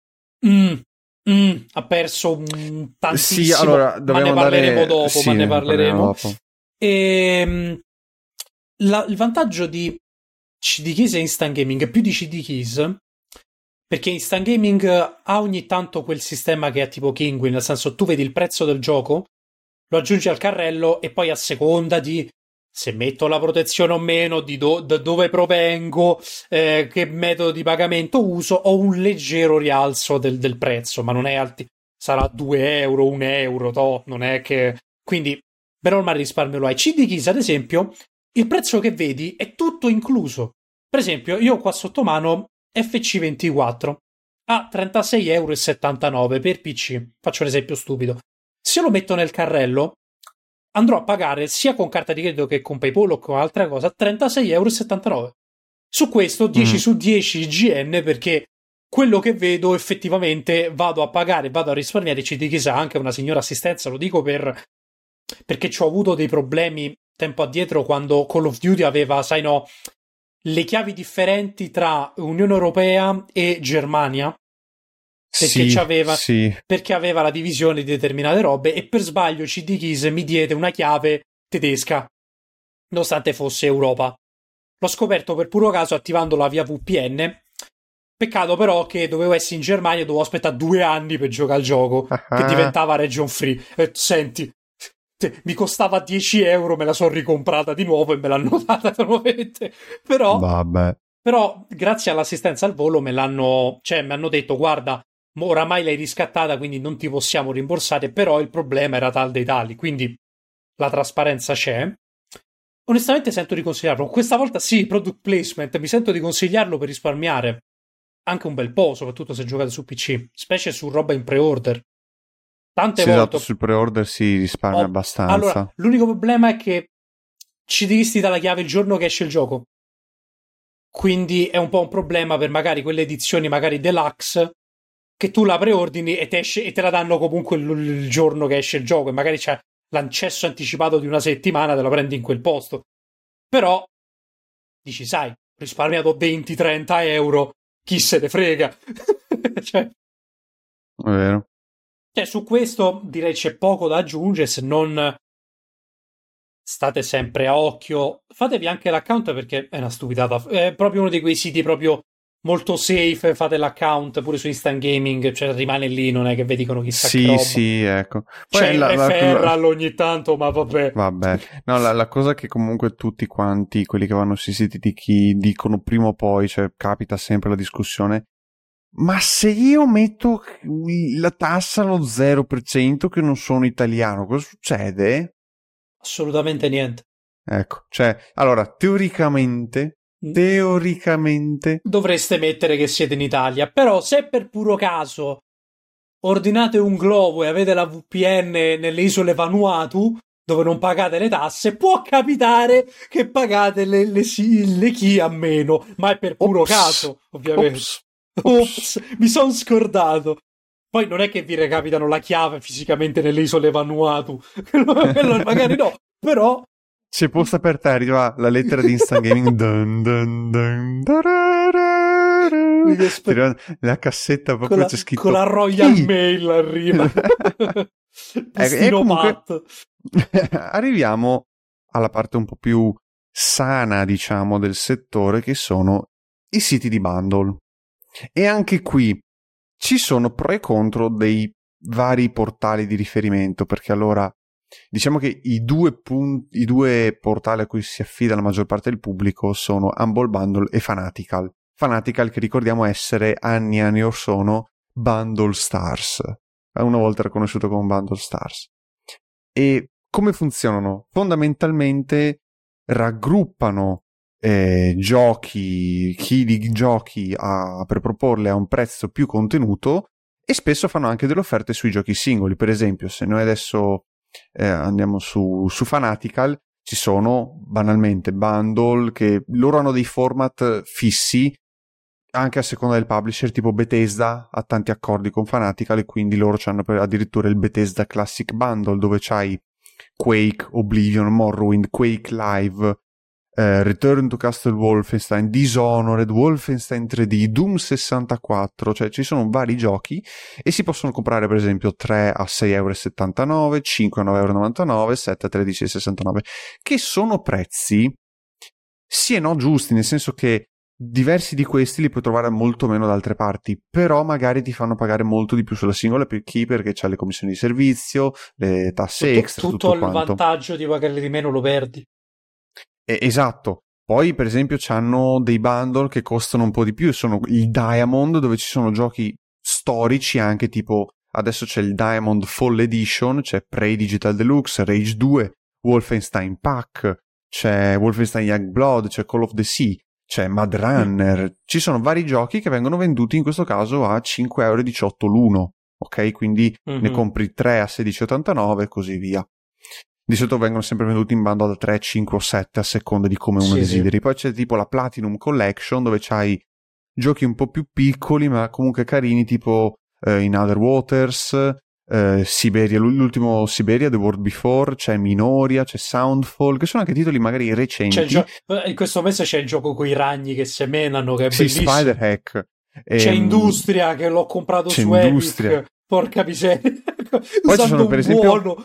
Speaker 2: ha perso tantissimo,
Speaker 1: Sì, allora,
Speaker 2: ma ne parleremo dopo,
Speaker 1: sì,
Speaker 2: ma ne
Speaker 1: ne parleremo
Speaker 2: parleremo.
Speaker 1: dopo.
Speaker 2: E il vantaggio di CD Keys e Instant Gaming è più di CD Keys, perché Instant Gaming ha ogni tanto quel sistema che è tipo Kinguin, nel senso tu vedi il prezzo del gioco, lo aggiungi al carrello e poi a seconda di se metto la protezione o meno, da dove provengo, che metodo di pagamento uso, ho un leggero rialzo del prezzo, ma non è sarà 2 euro, 1 euro, non è che... Quindi, per normale risparmio lo hai. CD Keys, ad esempio, il prezzo che vedi è tutto incluso. Per esempio, io ho qua sotto mano FC24 a 36,79 € per PC. Faccio un esempio stupido. Se lo metto nel carrello, andrò a pagare sia con carta di credito che con PayPal o con altra cosa 36,79 €. Su questo 10 su 10 IGN, perché quello che vedo effettivamente vado a pagare, vado a risparmiare. Ci di chissà anche una signora assistenza, lo dico perché ci ho avuto dei problemi tempo addietro quando Call of Duty aveva, sai no, le chiavi differenti tra Unione Europea e Germania, perché aveva la divisione di determinate robe e per sbaglio CD Keys mi diede una chiave tedesca nonostante fosse Europa. L'ho scoperto per puro caso attivandola via VPN. Peccato però che dovevo essere in Germania e dovevo aspettare 2 anni per giocare al gioco, che diventava region free. E senti, mi costava 10 euro, me la sono ricomprata di nuovo e me l'hanno data nuovamente. Però grazie all'assistenza al volo mi hanno detto guarda, oramai l'hai riscattata, quindi non ti possiamo rimborsare, però il problema era tal dei tali, quindi la trasparenza c'è. Onestamente sento di consigliarlo. Questa volta sì, product placement, mi sento di consigliarlo per risparmiare anche un bel po', soprattutto se giocate su PC, specie su roba in pre-order. Tante volte
Speaker 1: esatto, sul pre-order si risparmia abbastanza.
Speaker 2: Allora, l'unico problema è che ci disti dalla chiave il giorno che esce il gioco. Quindi è un po' un problema per magari quelle edizioni magari deluxe che tu la preordini e te la danno comunque il giorno che esce il gioco e magari c'è l'accesso anticipato di una settimana, te la prendi in quel posto. Però dici, sai, ho risparmiato 20-30 euro, chi se ne frega. Cioè,
Speaker 1: è vero.
Speaker 2: Cioè, su questo direi c'è poco da aggiungere, se non state sempre a occhio. Fatevi anche l'account perché è una stupidata. È proprio uno di quei siti proprio molto safe, fate l'account pure su Instant Gaming, cioè rimane lì, non è che vi dicono chissà che roba.
Speaker 1: Sì, ecco.
Speaker 2: Poi c'è il referral ogni tanto, ma vabbè.
Speaker 1: No, la cosa che comunque tutti quanti, quelli che vanno sui siti di chi dicono prima o poi, cioè capita sempre la discussione, ma se io metto la tassa allo 0% che non sono italiano, cosa succede?
Speaker 2: Assolutamente niente.
Speaker 1: Ecco, cioè, allora, teoricamente
Speaker 2: dovreste mettere che siete in Italia, però se per puro caso ordinate un globo e avete la VPN nelle isole Vanuatu dove non pagate le tasse, può capitare che pagate le key a meno, ma è per puro caso, ovviamente. Ops, mi sono scordato. Poi non è che vi recapitano la chiave fisicamente nelle isole Vanuatu, quello magari no, però
Speaker 1: c'è posta per te, arriva la lettera di Instant Gaming. Dun, dun, dun, la cassetta proprio c'è scritto
Speaker 2: con la Royal Mail arriva.
Speaker 1: E comunque arriviamo alla parte un po' più sana, diciamo, del settore, che sono i siti di bundle. E anche qui ci sono pro e contro dei vari portali di riferimento, perché allora diciamo che i due portali a cui si affida la maggior parte del pubblico sono Humble Bundle e Fanatical. Fanatical, che ricordiamo essere anni or sono Bundle Stars, una volta riconosciuto come Bundle Stars. E come funzionano? Fondamentalmente raggruppano giochi, chi di giochi per proporle a un prezzo più contenuto, e spesso fanno anche delle offerte sui giochi singoli. Per esempio, se noi adesso andiamo su Fanatical, ci sono banalmente bundle che loro hanno dei format fissi anche a seconda del publisher, tipo Bethesda ha tanti accordi con Fanatical e quindi loro hanno addirittura il Bethesda Classic Bundle dove c'hai Quake, Oblivion, Morrowind, Quake Live, Return to Castle Wolfenstein, Dishonored, Wolfenstein 3D, Doom 64, cioè ci sono vari giochi e si possono comprare per esempio 3 a 6,79€, 5 a 9,99€, 7 a 13,69€, che sono prezzi sì e no giusti, nel senso che diversi di questi li puoi trovare molto meno da altre parti, però magari ti fanno pagare molto di più sulla singola key perché c'è le commissioni di servizio, le tasse extra, tutto
Speaker 2: il
Speaker 1: quanto.
Speaker 2: vantaggio di pagarle di meno lo perdi.
Speaker 1: Esatto. Poi per esempio c'hanno dei bundle che costano un po' di più, sono il Diamond dove ci sono giochi storici anche, tipo adesso c'è il Diamond Fall Edition, c'è Prey Digital Deluxe, Rage 2, Wolfenstein Pack, c'è Wolfenstein Youngblood, c'è Call of the Sea, c'è Mad Runner, ci sono vari giochi che vengono venduti in questo caso a 5,18€ l'uno, ok? Quindi ne compri 3 a 16,89 e così via. Di solito vengono sempre venduti in bundle da 3, 5 o 7 a seconda di come uno desideri. Poi c'è tipo la Platinum Collection dove c'hai giochi un po' più piccoli ma comunque carini, tipo In Other Waters, Siberia, l'ultimo Siberia, The World Before, c'è Minoria, c'è Soundfall, che sono anche titoli magari recenti.
Speaker 2: In questo mese c'è il gioco con i ragni che semenano, che è bellissimo.
Speaker 1: Spider Hack.
Speaker 2: C'è Industria, che l'ho comprato su Epic. Porca miseria.
Speaker 1: Poi ci sono per esempio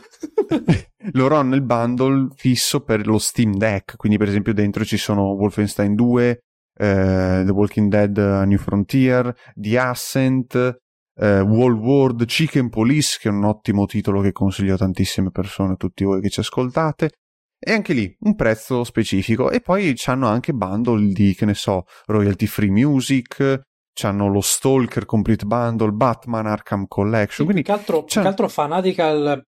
Speaker 1: loro hanno il bundle fisso per lo Steam Deck, quindi per esempio dentro ci sono Wolfenstein 2, The Walking Dead New Frontier, The Ascent, Wall World, Chicken Police, che è un ottimo titolo che consiglio a tantissime persone, a tutti voi che ci ascoltate, e anche lì un prezzo specifico. E poi c'hanno anche bundle di, che ne so, royalty free music, c'hanno lo Stalker Complete Bundle, Batman Arkham Collection. Quindi
Speaker 2: più che altro Fanatical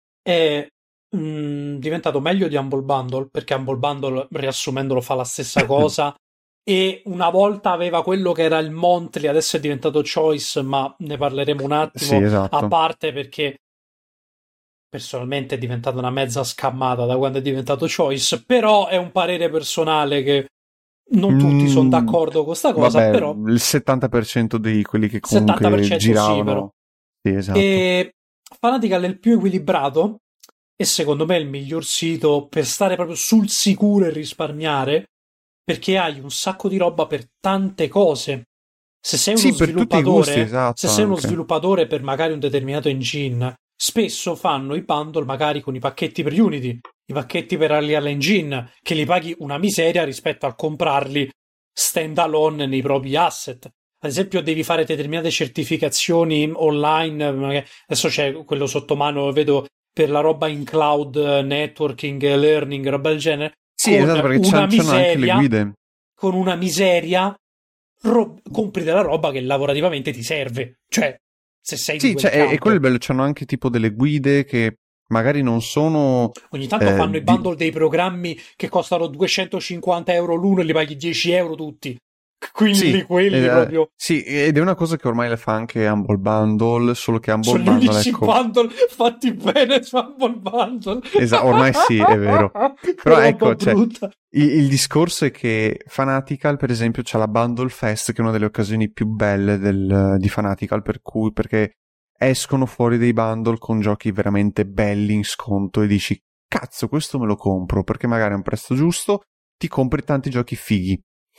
Speaker 2: è diventato meglio di Humble Bundle, perché Humble Bundle, riassumendolo, fa la stessa cosa e una volta aveva quello che era il monthly, adesso è diventato Choice, ma ne parleremo un attimo.
Speaker 1: Sì, esatto.
Speaker 2: A parte, perché personalmente è diventata una mezza scammata da quando è diventato Choice, però è un parere personale che non tutti sono d'accordo con sta cosa.
Speaker 1: Vabbè,
Speaker 2: però
Speaker 1: il 70% di quelli che comunque
Speaker 2: 70%
Speaker 1: giravano.
Speaker 2: sì, però.
Speaker 1: Sì, esatto.
Speaker 2: E Fanatical è il più equilibrato e secondo me è il miglior sito per stare proprio sul sicuro e risparmiare, perché hai un sacco di roba per tante cose. Se sei uno sviluppatore,
Speaker 1: gusti, esatto,
Speaker 2: se sei uno sviluppatore per magari un determinato engine, spesso fanno i bundle magari con i pacchetti per Unity, i pacchetti per Unreal Engine, che li paghi una miseria rispetto a comprarli stand alone nei propri asset. Ad esempio devi fare determinate certificazioni online, adesso c'è quello sotto mano, vedo, per la roba in cloud, networking, learning, roba del genere.
Speaker 1: Sì, esatto, perché c'hanno anche le guide.
Speaker 2: Con una miseria compri della roba che lavorativamente ti serve. Cioè, se sei di quel campo.
Speaker 1: E quello è bello, c'hanno anche tipo delle guide che magari non sono...
Speaker 2: Ogni tanto fanno i bundle dei programmi che costano 250€ l'uno e li paghi 10€ tutti. Quindi quelli proprio...
Speaker 1: Sì, ed è una cosa che ormai le fa anche Humble Bundle, solo che Humble
Speaker 2: sono
Speaker 1: Bundle...
Speaker 2: Sono gli unici bundle fatti bene su Humble Bundle.
Speaker 1: Esatto, ormai sì, è vero. Però ecco, cioè, il discorso è che Fanatical, per esempio, c'ha la Bundle Fest, che è una delle occasioni più belle di Fanatical, perché escono fuori dei bundle con giochi veramente belli in sconto e dici, cazzo, questo me lo compro, perché magari a un prezzo giusto ti compri tanti giochi fighi.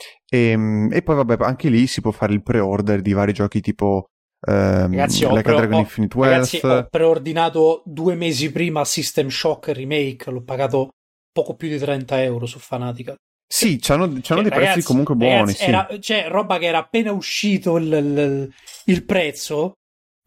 Speaker 1: E poi vabbè, anche lì si può fare il pre-order di vari giochi tipo
Speaker 2: ragazzi,
Speaker 1: Dragon Infinite Wealth.
Speaker 2: Ragazzi, ho preordinato 2 mesi prima System Shock Remake, l'ho pagato poco più di 30€ su Fanatical.
Speaker 1: Sì, c'hanno dei prezzi comunque buoni.
Speaker 2: Ragazzi,
Speaker 1: sì.
Speaker 2: C'è roba che era appena uscito il prezzo,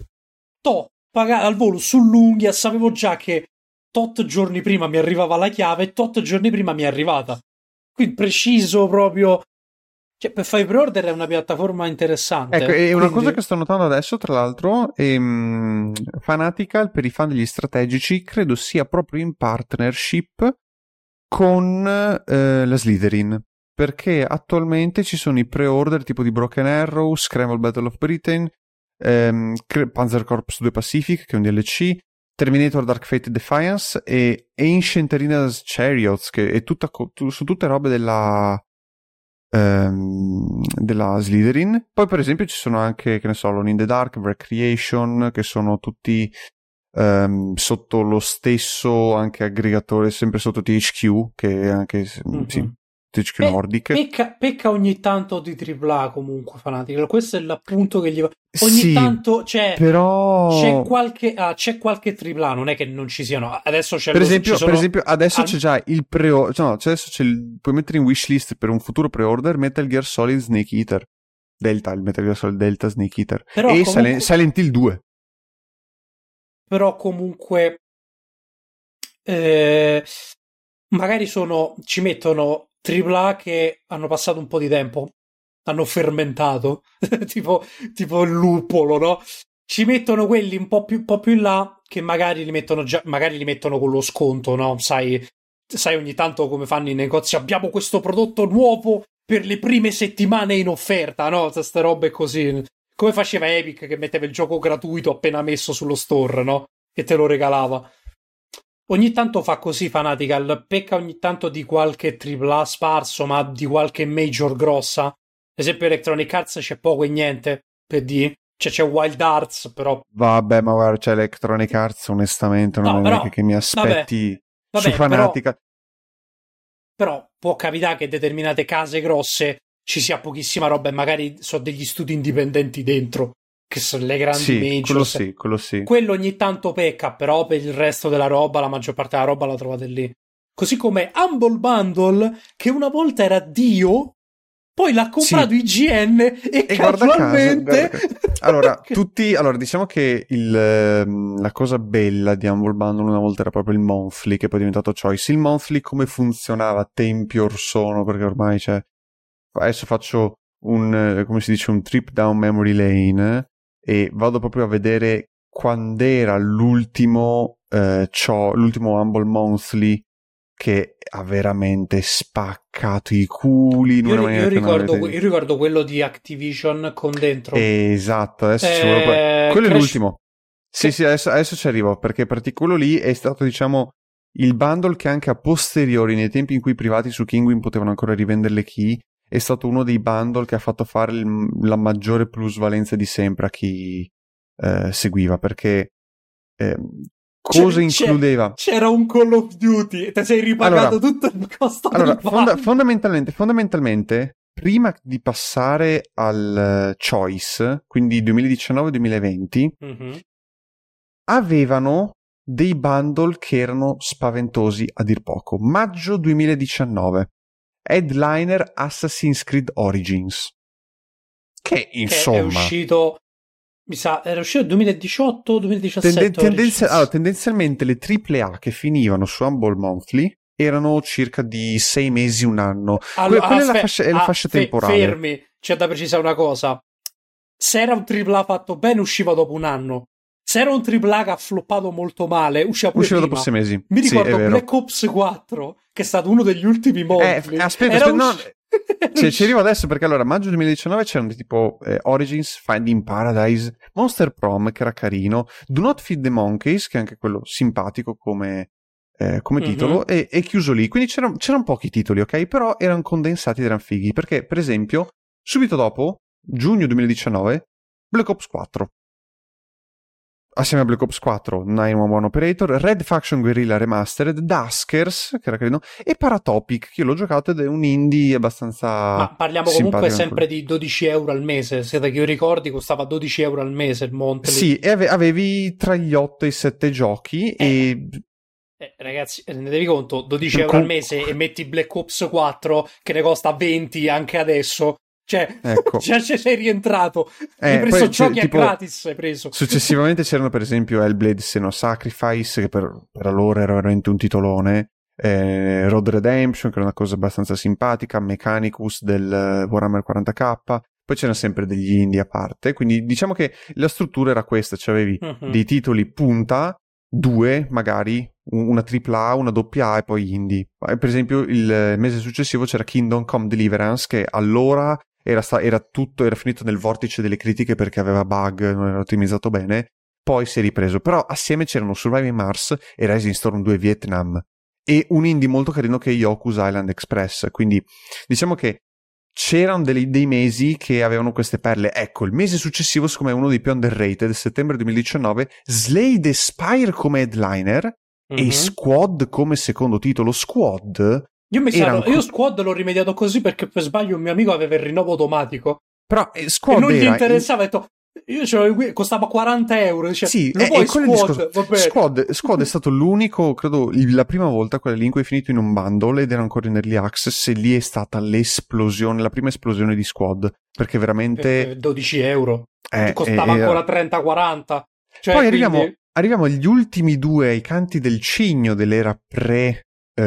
Speaker 2: pagato al volo sull'unghia, sapevo già che tot giorni prima mi arrivava la chiave e tot giorni prima mi è arrivata. Quindi preciso proprio. Cioè, per fare i pre-order è una piattaforma interessante.
Speaker 1: Ecco, e una cosa che sto notando adesso, tra l'altro, Fanatical, per i fan degli strategici, credo sia proprio in partnership con la Slytherin, perché attualmente ci sono i pre-order tipo di Broken Arrow, Scramble Battle of Britain, Panzer Corps 2 Pacific, che è un DLC, Terminator Dark Fate Defiance e Ancient Arenas Chariots, che è su tutte robe della Slytherin. Poi per esempio ci sono anche, che ne so, Alone in the Dark, Recreation, che sono tutti sotto lo stesso anche aggregatore, sempre sotto THQ, che è anche sì, THQ Nordic.
Speaker 2: Pecca ogni tanto di AAA comunque, Fanatical, questo è l'appunto che gli va. Ogni tanto
Speaker 1: però
Speaker 2: c'è qualche AAA, non è che non ci siano. Adesso c'è
Speaker 1: per esempio adesso c'è già il adesso puoi mettere in wishlist per un futuro pre-order Metal Gear Solid Snake Eater Delta, il Metal Gear Solid Delta Snake Eater, però e comunque, Silent Hill 2.
Speaker 2: Però comunque magari ci mettono AAA che hanno passato un po' di tempo, hanno fermentato tipo il lupolo, no? Ci mettono quelli un po' più in là, che magari li mettono con lo sconto, no? Sai ogni tanto come fanno i negozi, abbiamo questo prodotto nuovo per le prime settimane in offerta, no? Queste robe così, come faceva Epic, che metteva il gioco gratuito appena messo sullo store, no? E te lo regalava. Ogni tanto fa così Fanatical, pecca ogni tanto di qualche AAA sparso, ma di qualche major grossa. Ad esempio Electronic Arts c'è poco e niente, per dire. C'è Wild Arts, però...
Speaker 1: Vabbè, ma guarda, c'è Electronic Arts, onestamente, non è neanche che mi aspetti su Fanatical.
Speaker 2: Però può capitare che determinate case grosse ci sia pochissima roba e magari sono degli studi indipendenti dentro, che sono le grandi major.
Speaker 1: Quello sì.
Speaker 2: Quello ogni tanto pecca, però per il resto della roba, la maggior parte della roba la trovate lì. Così come Humble Bundle, che una volta era Dio, poi l'ha comprato IGN e casualmente...
Speaker 1: Allora, diciamo che la cosa bella di Humble Bundle una volta era proprio il monthly, che poi è diventato Choice. Il monthly come funzionava tempi or sono, perché ormai adesso faccio come si dice, un trip down memory lane e vado proprio a vedere quando era l'ultimo Humble Monthly che ha veramente spaccato i culi.
Speaker 2: Io ricordo quello di Activision con dentro.
Speaker 1: Esatto, adesso quello è l'ultimo. Sì, adesso ci arrivo, perché quello lì è stato, diciamo, il bundle che anche a posteriori, nei tempi in cui i privati su Kinguin potevano ancora rivendere le key, è stato uno dei bundle che ha fatto fare la maggiore plusvalenza di sempre a chi seguiva, perché cosa includeva?
Speaker 2: C'era un Call of Duty, te sei ripagato tutto il costo del
Speaker 1: fondamentalmente, prima di passare al Choice, quindi 2019-2020, avevano dei bundle che erano spaventosi a dir poco. Maggio 2019, Headliner Assassin's Creed Origins, che insomma...
Speaker 2: Che è uscito... Mi sa, era uscito nel 2018-2017.
Speaker 1: Tendenzialmente le AAA che finivano su Humble Monthly erano circa di 6 mesi, un anno. Quella è la fascia temporale.
Speaker 2: Fermi, c'è da precisare una cosa. Se era un AAA fatto bene, usciva dopo un anno. Se era un AAA che ha floppato molto male, usciva
Speaker 1: dopo 6 mesi.
Speaker 2: Mi ricordo Black Ops 4, che è stato uno degli ultimi monthly.
Speaker 1: Aspetta, no... ci arrivo adesso, perché allora maggio 2019 c'erano tipo Origins, Finding Paradise, Monster Prom, che era carino, Do Not Feed the Monkeys, che è anche quello simpatico come titolo, e chiuso lì. Quindi c'erano pochi titoli, ok? Però erano condensati ed erano fighi, perché per esempio subito dopo, giugno 2019, Black Ops 4, assieme a Black Ops 4, 911 Operator, Red Faction Guerrilla Remastered, Duskers, che era carino, e Paratopic, che io l'ho giocato ed è un indie abbastanza...
Speaker 2: Ma parliamo comunque sempre di 12 euro al mese, se da che io ricordi costava 12 euro al mese il monthly.
Speaker 1: Sì, e avevi tra gli 8 e i 7 giochi e...
Speaker 2: ragazzi, rendetevi conto, 12 euro al mese e metti Black Ops 4 che ne costa 20 anche adesso. Cioè,
Speaker 1: ecco.
Speaker 2: Già ci sei rientrato. Hai preso giochi a gratis, hai preso.
Speaker 1: Successivamente c'erano per esempio Hellblade Senua Sacrifice, che per allora era veramente un titolone, Road Redemption, che era una cosa abbastanza simpatica, Mechanicus del Warhammer 40k, poi c'erano sempre degli indie a parte, quindi diciamo che la struttura era questa, cioè avevi dei titoli punta, 2 magari, una AAA, una AA e poi indie. Per esempio il mese successivo c'era Kingdom Come Deliverance, che allora era finito nel vortice delle critiche perché aveva bug, non era ottimizzato bene, poi si è ripreso. Però assieme c'erano Surviving Mars e Rising Storm 2 Vietnam, e un indie molto carino che è Yoku's Island Express. Quindi diciamo che c'erano dei mesi che avevano queste perle. Ecco, il mese successivo, secondo me, uno dei più underrated, settembre 2019, Slade e Spire come headliner e Squad come secondo titolo. Squad
Speaker 2: io Squad l'ho rimediato così perché per sbaglio un mio amico aveva il rinnovo automatico,
Speaker 1: però Squad
Speaker 2: e non gli interessava, ha detto costava 40 euro. Dice,
Speaker 1: sì,
Speaker 2: lo vuoi
Speaker 1: Squad è stato l'unico, credo, la prima volta, quella lì in cui è finito in un bundle ed era ancora in early access, e lì è stata l'esplosione, la prima esplosione di Squad, perché veramente
Speaker 2: 12 euro costava ancora 30-40. Cioè,
Speaker 1: poi
Speaker 2: quindi...
Speaker 1: arriviamo agli ultimi due, ai canti del cigno dell'era pre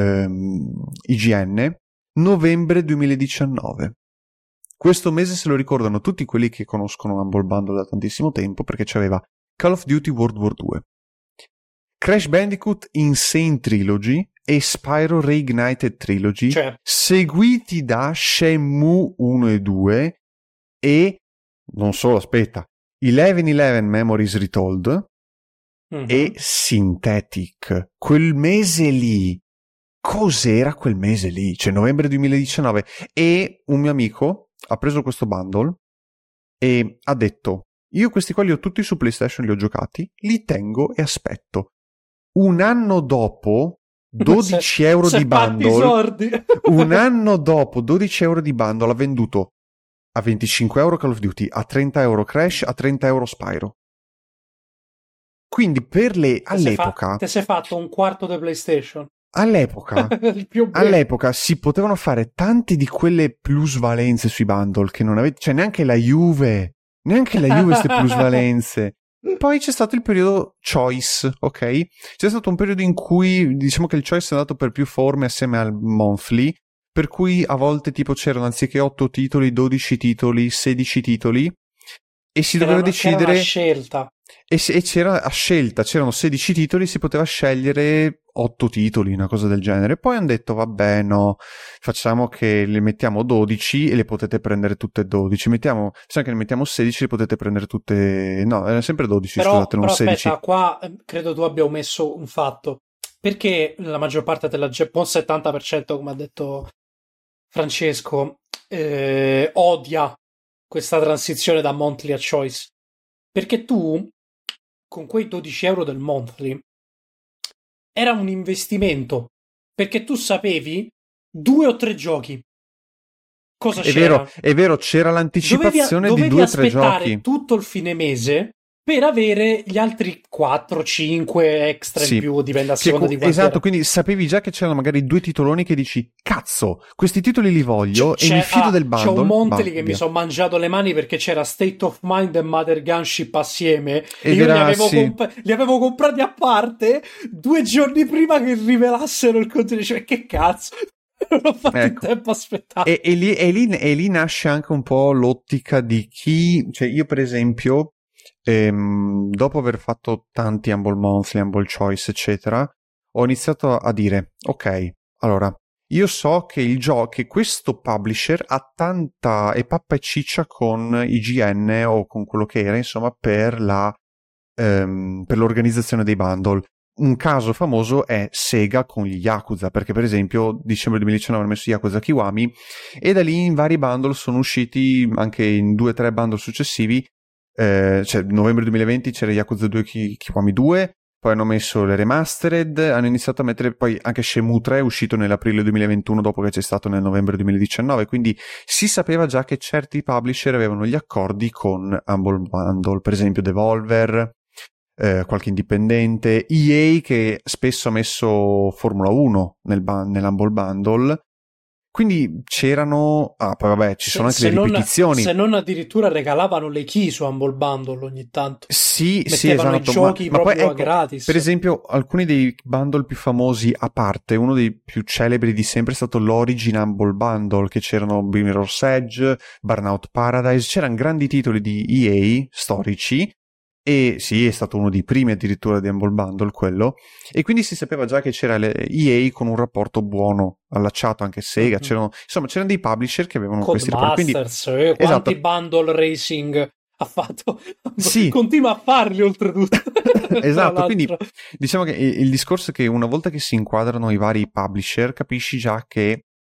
Speaker 1: IGN, novembre 2019. Questo mese se lo ricordano tutti quelli che conoscono Humble Bundle da tantissimo tempo, perché c'aveva Call of Duty World War 2, Crash Bandicoot Insane Trilogy e Spyro Reignited Trilogy, seguiti da Shenmue 1 e 2 e, non solo, aspetta, 1111 Memories Retold e Synthetic. Quel mese lì, cos'era quel mese lì? Cioè novembre 2019, e un mio amico ha preso questo bundle e ha detto: io questi qua li ho tutti su PlayStation, li ho giocati, li tengo e aspetto. Un anno dopo 12 euro di bundle, un anno dopo 12 euro di bundle ha venduto a 25 euro Call of Duty, a 30 euro Crash, a 30 euro Spyro. Quindi all'epoca
Speaker 2: ti sei fatto un quarto di PlayStation.
Speaker 1: All'epoca si potevano fare tanti di quelle plusvalenze sui bundle che non avete, cioè neanche la Juve queste plusvalenze. Poi c'è stato il periodo choice, ok? C'è stato un periodo in cui diciamo che il choice è andato per più forme assieme al monthly, per cui a volte tipo c'erano anziché 8 titoli, 12 titoli, 16 titoli, e si doveva decidere...
Speaker 2: C'era una scelta.
Speaker 1: E c'era a scelta, c'erano 16 titoli, si poteva scegliere 8 titoli, una cosa del genere. Poi hanno detto, vabbè, no, facciamo che le mettiamo 12 e le potete prendere tutte 12. Facciamo che ne mettiamo 16 e le potete prendere tutte... No, erano sempre 12, scusate, non 16.
Speaker 2: Aspetta, qua credo tu abbia omesso un fatto. Perché la maggior parte della gente, un 70%, come ha detto Francesco, odia questa transizione da monthly a choice? Perché tu, con quei 12 euro del monthly, era un investimento, perché tu sapevi 2 o 3 giochi. Cosa c'era?
Speaker 1: È vero, c'era l'anticipazione di 2 o 3 giochi.
Speaker 2: Dovevi aspettare tutto il fine mese per avere gli altri 4, 5 extra in più, dipende a seconda di quanto.
Speaker 1: Esatto, quindi sapevi già che c'erano magari 2 titoloni che dici, cazzo, questi titoli li voglio e mi fido del bundle.
Speaker 2: C'è un monthly che mi sono mangiato le mani perché c'era State of Mind e Mother Gunship assieme, e io li avevo comprati a parte 2 giorni prima che rivelassero il contenuto. Cioè, che cazzo, non ho fatto in tempo a aspettare.
Speaker 1: E lì nasce anche un po' l'ottica di chi, cioè io per esempio, dopo aver fatto tanti Humble Monthly, Humble Choice eccetera, ho iniziato a dire, ok, allora io so che che questo publisher ha tanta e pappa e ciccia con IGN o con quello che era, insomma, per l'organizzazione dei bundle. Un caso famoso è Sega con gli Yakuza, perché per esempio dicembre 2019 hanno messo Yakuza Kiwami e da lì in vari bundle sono usciti, anche in 2 o 3 bundle successivi, cioè novembre 2020 c'era Yakuza 2 Kiwami 2, poi hanno messo le remastered, hanno iniziato a mettere poi anche Shenmue 3 è uscito nell'aprile 2021 dopo che c'è stato nel novembre 2019, quindi si sapeva già che certi publisher avevano gli accordi con Humble Bundle, per esempio Devolver, qualche indipendente, EA che spesso ha messo Formula 1 nell'Humble Bundle. Quindi c'erano... poi vabbè, ci sono anche le ripetizioni.
Speaker 2: Se non addirittura regalavano le key su Humble Bundle ogni tanto.
Speaker 1: Sì,
Speaker 2: mettevano
Speaker 1: esatto.
Speaker 2: I giochi
Speaker 1: ma
Speaker 2: proprio
Speaker 1: poi, ecco,
Speaker 2: gratis.
Speaker 1: Per esempio, alcuni dei bundle più famosi, a parte, uno dei più celebri di sempre è stato l'Origin Humble Bundle, che c'erano Mirror's Edge, Burnout Paradise, c'erano grandi titoli di EA, storici, e sì, è stato uno dei primi addirittura di Humble Bundle quello, e quindi si sapeva già che c'era EA con un rapporto buono allacciato, anche Sega, c'erano dei publisher che avevano questi rapporti.
Speaker 2: Quanti
Speaker 1: esatto.
Speaker 2: bundle racing ha fatto?
Speaker 1: Sì.
Speaker 2: Continua a farli oltretutto.
Speaker 1: Esatto, quindi diciamo che il discorso è che una volta che si inquadrano i vari publisher capisci già che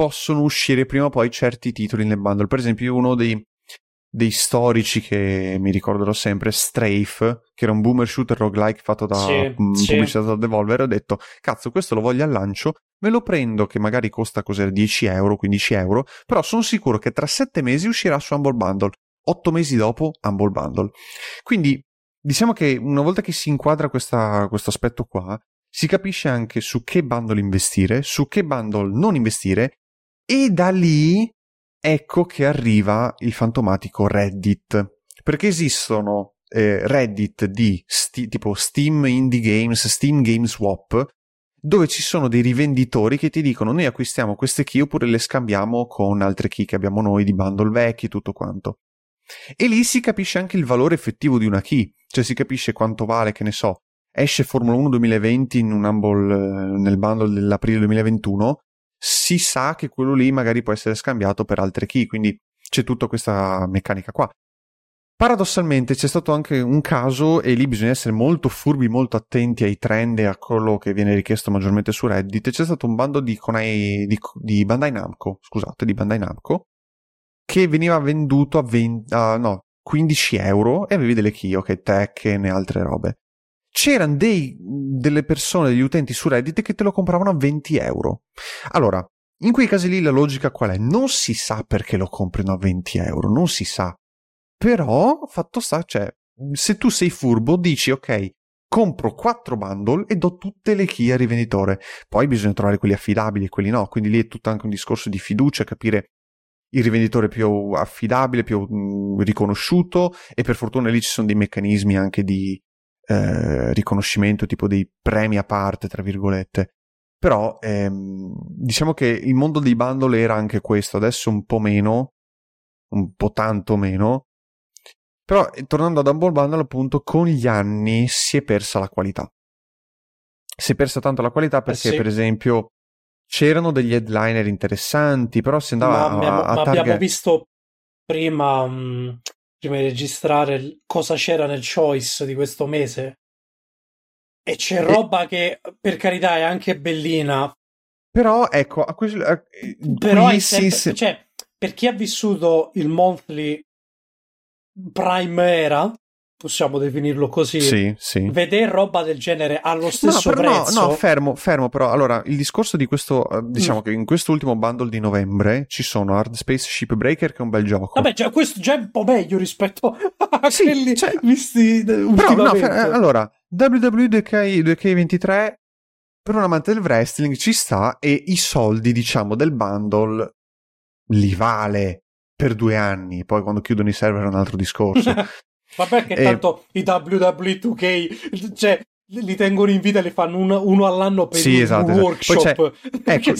Speaker 1: possono uscire prima o poi certi titoli nel bundle. Per esempio, uno dei storici che mi ricorderò sempre, Strafe, che era un boomer shooter roguelike fatto da pubblicità da Devolver. Ho detto, cazzo, questo lo voglio al lancio, me lo prendo, che magari costa 10 euro, 15 euro, però sono sicuro che tra 7 mesi uscirà su Humble Bundle, 8 mesi dopo Humble Bundle. Quindi diciamo che una volta che si inquadra questo aspetto qua, si capisce anche su che bundle investire, su che bundle non investire, e da lì ecco che arriva il fantomatico Reddit, perché esistono Reddit di tipo Steam Indie Games, Steam Game Swap, dove ci sono dei rivenditori che ti dicono noi acquistiamo queste key oppure le scambiamo con altre key che abbiamo noi di bundle vecchi e tutto quanto. E lì si capisce anche il valore effettivo di una key, cioè si capisce quanto vale, che ne so, esce Formula 1 2020 in un Humble, nel bundle dell'aprile 2021, si sa che quello lì magari può essere scambiato per altre key, quindi c'è tutta questa meccanica qua. Paradossalmente c'è stato anche un caso, e lì bisogna essere molto furbi, molto attenti ai trend e a quello che viene richiesto maggiormente su Reddit. C'è stato un bando di Bandai Namco, di Bandai Namco, che veniva venduto a 15 euro e avevi delle key, ok, Tekken e altre robe. C'erano delle persone, degli utenti su Reddit che te lo compravano a 20 euro. Allora, in quei casi lì la logica qual è? Non si sa perché lo comprino a 20 euro, non si sa. Però, fatto sta, cioè, se tu sei furbo, dici, ok, compro 4 bundle e do tutte le key al rivenditore. Poi bisogna trovare quelli affidabili e quelli no, quindi lì è tutto anche un discorso di fiducia, capire il rivenditore più affidabile, più riconosciuto, e per fortuna lì ci sono dei meccanismi anche di riconoscimento, tipo dei premi a parte, tra virgolette. Però diciamo che il mondo dei bundle era anche questo, adesso un po' meno, un po' tanto meno. Però tornando ad Humble Bundle, appunto, con gli anni si è persa la qualità. Si è persa tanto la qualità perché, per esempio, c'erano degli headliner interessanti, però si andava a target...
Speaker 2: abbiamo visto prima di registrare cosa c'era nel Choice di questo mese, e c'è roba che, per carità, è anche bellina.
Speaker 1: Però, ecco,
Speaker 2: però è sempre... Cioè, per chi ha vissuto il monthly Prime era, possiamo definirlo così,
Speaker 1: sì.
Speaker 2: vedere roba del genere allo stesso prezzo.
Speaker 1: No, fermo, però allora il discorso di questo, diciamo che in questo ultimo bundle di novembre ci sono Hard Space Shipbreaker, che è un bel gioco.
Speaker 2: Vabbè, questo già è un po' meglio rispetto a quelli visti ultimamente.
Speaker 1: Però allora WWE 2K23 per un amante del wrestling ci sta, e i soldi, diciamo, del bundle li vale per 2 anni, poi quando chiudono i server è un altro discorso.
Speaker 2: Vabbè che tanto i WWE 2K, cioè, li tengono in vita e li fanno uno all'anno per un workshop.
Speaker 1: Ecco,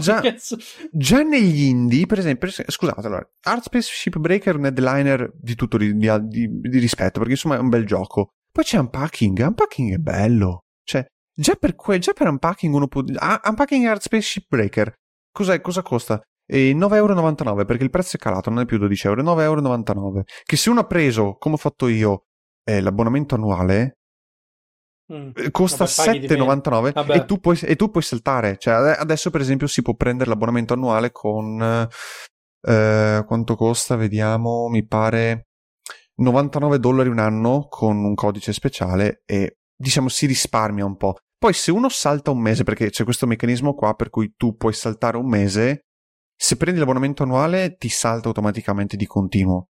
Speaker 1: già negli indie, per esempio, scusate, allora, Hard Space Shipbreaker è un headliner di tutto di rispetto, perché insomma è un bel gioco. Poi c'è Unpacking è bello. Cioè, già per Unpacking uno può... Unpacking Hard Space Shipbreaker, cosa costa? E 9,99 €, perché il prezzo è calato, non è più 12 euro, 9,99 €. Che se uno ha preso, come ho fatto io, l'abbonamento annuale, costa 7,99 e tu puoi saltare. Cioè, adesso per esempio si può prendere l'abbonamento annuale con quanto costa, vediamo, mi pare $99 un anno con un codice speciale, e diciamo si risparmia un po'. Poi se uno salta un mese, perché c'è questo meccanismo qua per cui tu puoi saltare un mese, se prendi l'abbonamento annuale ti salta automaticamente di continuo,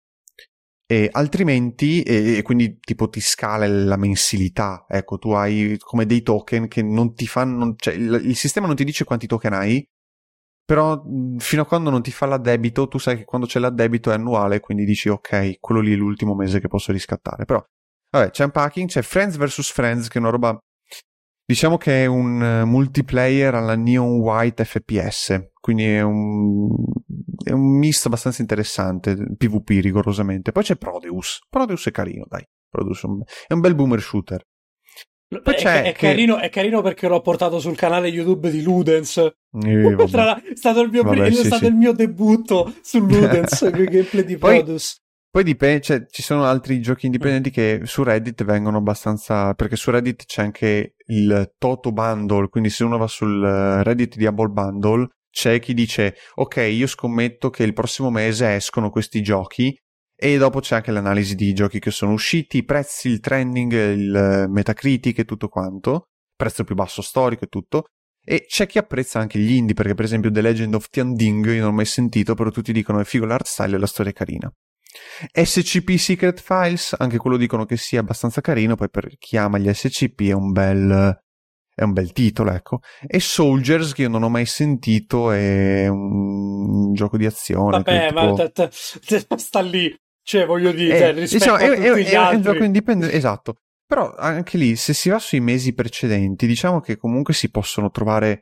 Speaker 1: e altrimenti, e quindi tipo ti scala la mensilità. Ecco, tu hai come dei token che non ti fanno, cioè il sistema non ti dice quanti token hai, però fino a quando non ti fa l'addebito, tu sai che quando c'è l'addebito è annuale, quindi dici ok, quello lì è l'ultimo mese che posso riscattare. Però vabbè, c'è Unpacking, c'è Friends vs Friends, che è una roba, diciamo che è un multiplayer alla Neon White FPS, quindi è un misto abbastanza interessante, PvP rigorosamente. Poi c'è Prodeus è carino, dai. Prodeus è un bel boomer shooter. Poi
Speaker 2: è carino perché l'ho portato sul canale YouTube di Ludens. È stato il mio debutto su Ludens, con il gameplay di Prodeus.
Speaker 1: Poi dipende, cioè, ci sono altri giochi indipendenti che su Reddit vengono abbastanza, perché su Reddit c'è anche il Toto Bundle, quindi se uno va sul Reddit di Humble Bundle c'è chi dice ok, io scommetto che il prossimo mese escono questi giochi, e dopo c'è anche l'analisi di giochi che sono usciti, i prezzi, il trending, il Metacritic e tutto quanto, prezzo più basso storico e tutto. E c'è chi apprezza anche gli indie, perché per esempio The Legend of Tianding io non ho mai sentito, però tutti dicono è figo l'art style e la storia è carina. SCP Secret Files, anche quello dicono che sia abbastanza carino, poi per chi ama gli SCP è un bel titolo, ecco. E Soldiers, che io non ho mai sentito, è un gioco di azione.
Speaker 2: Vabbè, ma sta lì, cioè voglio dire, rispetto a tutti gli altri.
Speaker 1: È un gioco indipendente, esatto. Però anche lì, se si va sui mesi precedenti, diciamo che comunque si possono trovare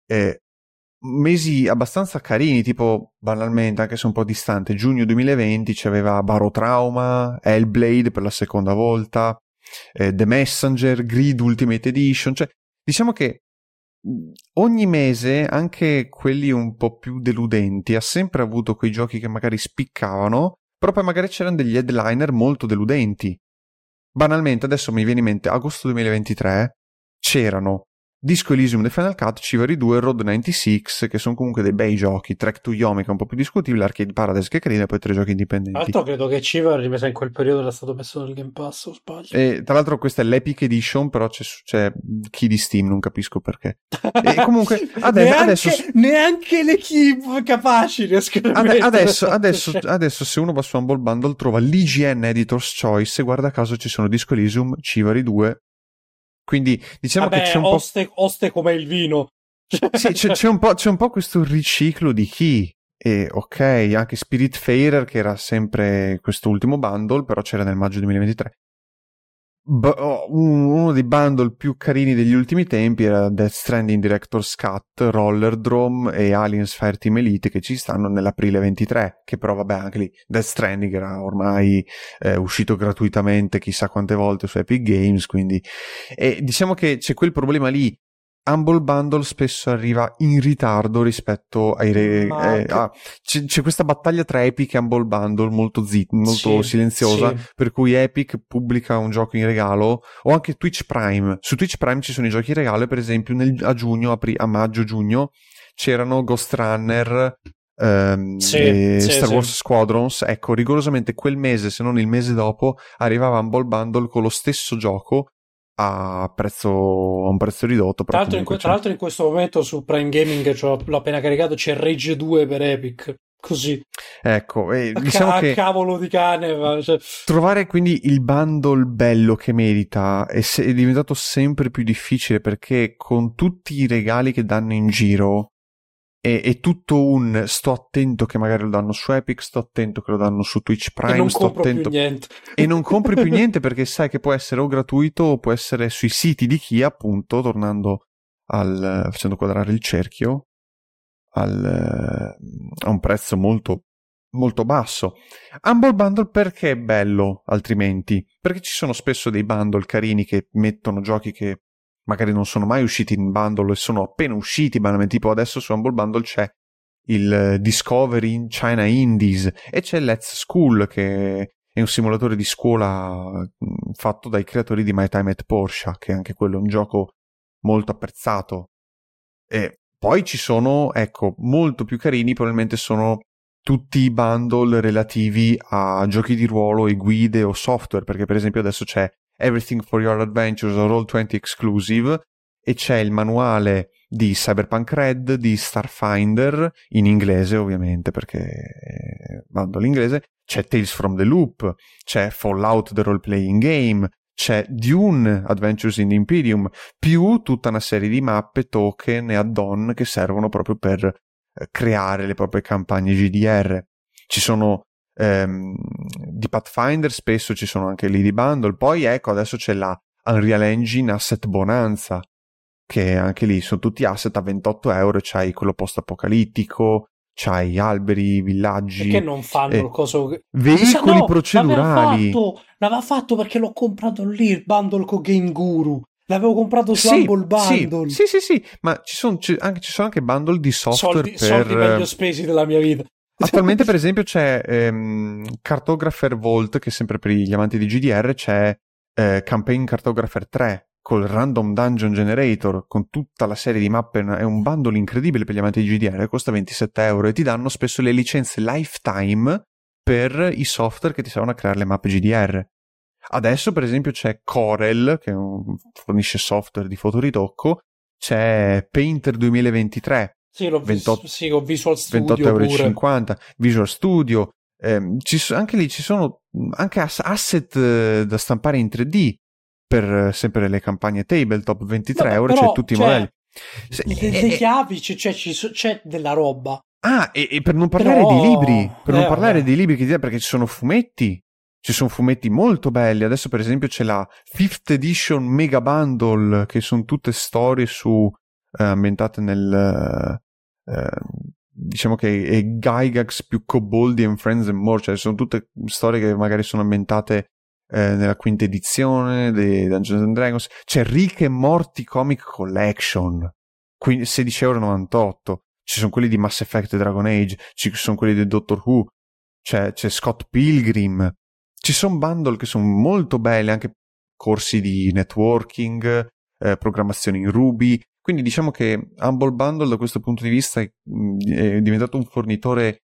Speaker 1: mesi abbastanza carini, tipo banalmente, anche se un po' distante, giugno 2020 c'aveva Barotrauma, Hellblade per la seconda volta, The Messenger, Grid Ultimate Edition, cioè diciamo che ogni mese, anche quelli un po' più deludenti, ha sempre avuto quei giochi che magari spiccavano, però poi magari c'erano degli headliner molto deludenti. Banalmente, adesso mi viene in mente, agosto 2023 c'erano Disco Elysium The Final Cut, Chivalry 2 e Road 96, che sono comunque dei bei giochi. Track to Yomi, che è un po' più discutibile, Arcade Paradise che è carino, e poi 3 giochi indipendenti.
Speaker 2: Tra l'altro credo che Chivalry rimessa in quel periodo era stato messo nel Game Pass, o sbaglio.
Speaker 1: E tra l'altro questa è l'Epic Edition, però c'è key di Steam, non capisco perché. E comunque adesso
Speaker 2: neanche le key capaci riescono a
Speaker 1: adesso se uno va su Humble Bundle trova l'IGN Editor's Choice e guarda caso ci sono Disco Elysium, Chivalry 2. Quindi diciamo che c'è un
Speaker 2: oste come il vino.
Speaker 1: Sì, c'è un po' questo riciclo di key. E ok, anche Spiritfarer, che era sempre quest'ultimo bundle, però c'era nel maggio 2023. Uno dei bundle più carini degli ultimi tempi era Death Stranding Director's Cut, Rollerdrome e Aliens Fireteam Elite, che ci stanno nell'aprile 23, che però vabbè anche lì Death Stranding era ormai uscito gratuitamente chissà quante volte su Epic Games, quindi diciamo che c'è quel problema lì. Humble Bundle spesso arriva in ritardo rispetto ai c'è questa battaglia tra Epic e Humble Bundle molto silenziosa, per cui Epic pubblica un gioco in regalo, o anche Twitch Prime. Su Twitch Prime ci sono i giochi in regalo, e per esempio a maggio-giugno c'erano Ghost Runner e Star Wars Squadrons. Ecco, rigorosamente quel mese, se non il mese dopo, arrivava Humble Bundle con lo stesso gioco a un prezzo ridotto.
Speaker 2: Tra l'altro in questo momento su Prime Gaming l'ho appena caricato, c'è Rage 2 per Epic, così.
Speaker 1: Ecco, diciamo che
Speaker 2: cavolo di cane,
Speaker 1: trovare quindi il bundle bello che merita è diventato sempre più difficile, perché con tutti i regali che danno in giro è tutto un sto attento che magari lo danno su Epic, sto attento che lo danno su Twitch Prime,
Speaker 2: e non compro più niente.
Speaker 1: E non compri più niente, perché sai che può essere o gratuito o può essere sui siti di chi, appunto, tornando facendo quadrare il cerchio a un prezzo molto molto basso. Humble Bundle perché è bello altrimenti? Perché ci sono spesso dei bundle carini che mettono giochi che magari non sono mai usciti in bundle e sono appena usciti, banalmente, tipo adesso su Humble Bundle c'è il Discovery in China Indies e c'è Let's School, che è un simulatore di scuola fatto dai creatori di My Time at Porsche, che anche quello è un gioco molto apprezzato. E poi ci sono, ecco, molto più carini probabilmente sono tutti i bundle relativi a giochi di ruolo e guide o software, perché per esempio adesso c'è Everything for Your Adventures o Roll20 Exclusive, e c'è il manuale di Cyberpunk Red, di Starfinder, in inglese ovviamente, perché bundle inglese, c'è Tales from the Loop, c'è Fallout The Role Playing Game, c'è Dune Adventures in the Imperium, più tutta una serie di mappe, token e add-on che servono proprio per creare le proprie campagne GDR. Ci sono di Pathfinder, spesso ci sono anche lì di bundle. Poi ecco, adesso c'è la Unreal Engine Asset Bonanza, che anche lì sono tutti asset a 28 euro, e c'hai quello post-apocalittico, c'hai alberi, villaggi,
Speaker 2: perché non fanno il coso
Speaker 1: veicoli procedurali.
Speaker 2: L'aveva fatto perché l'ho comprato lì il bundle con Game Guru, l'avevo comprato su Humble Bundle.
Speaker 1: Sì, ma ci sono anche bundle di software
Speaker 2: soldi meglio spesi della mia vita.
Speaker 1: Attualmente per esempio c'è Cartographer Vault, che sempre per gli amanti di GDR c'è Campaign Cartographer 3, col Random Dungeon Generator, con tutta la serie di mappe, è un bundle incredibile per gli amanti di GDR, costa 27 euro e ti danno spesso le licenze lifetime per i software che ti servono a creare le mappe GDR. Adesso per esempio c'è Corel, che fornisce software di fotoritocco, c'è Painter 2023,
Speaker 2: sì, l'ho
Speaker 1: 28,
Speaker 2: sì, con Visual Studio
Speaker 1: 28,50 €, Visual Studio, anche lì ci sono anche asset da stampare in 3D per sempre le campagne tabletop, 23
Speaker 2: Vabbè,
Speaker 1: euro,
Speaker 2: però,
Speaker 1: c'è tutti i modelli.
Speaker 2: Le chiavi, c'è della roba.
Speaker 1: Ah, e per non parlare
Speaker 2: Però,
Speaker 1: dei libri, parlare
Speaker 2: vabbè.
Speaker 1: dei libri, perché ci sono fumetti molto belli. Adesso per esempio c'è la 5th Edition Mega Bundle, che sono tutte storie ambientate nel diciamo che è Gygax più Koboldi and Friends and More, cioè sono tutte storie che magari sono ambientate nella quinta edizione dei Dungeons and Dragons. C'è Rick e Morty Comic Collection, quindi 16,98 €. Ci sono quelli di Mass Effect e Dragon Age, ci sono quelli di Doctor Who, c'è Scott Pilgrim, ci sono bundle che sono molto belli, anche corsi di networking, programmazione in Ruby. Quindi diciamo che Humble Bundle da questo punto di vista è diventato un fornitore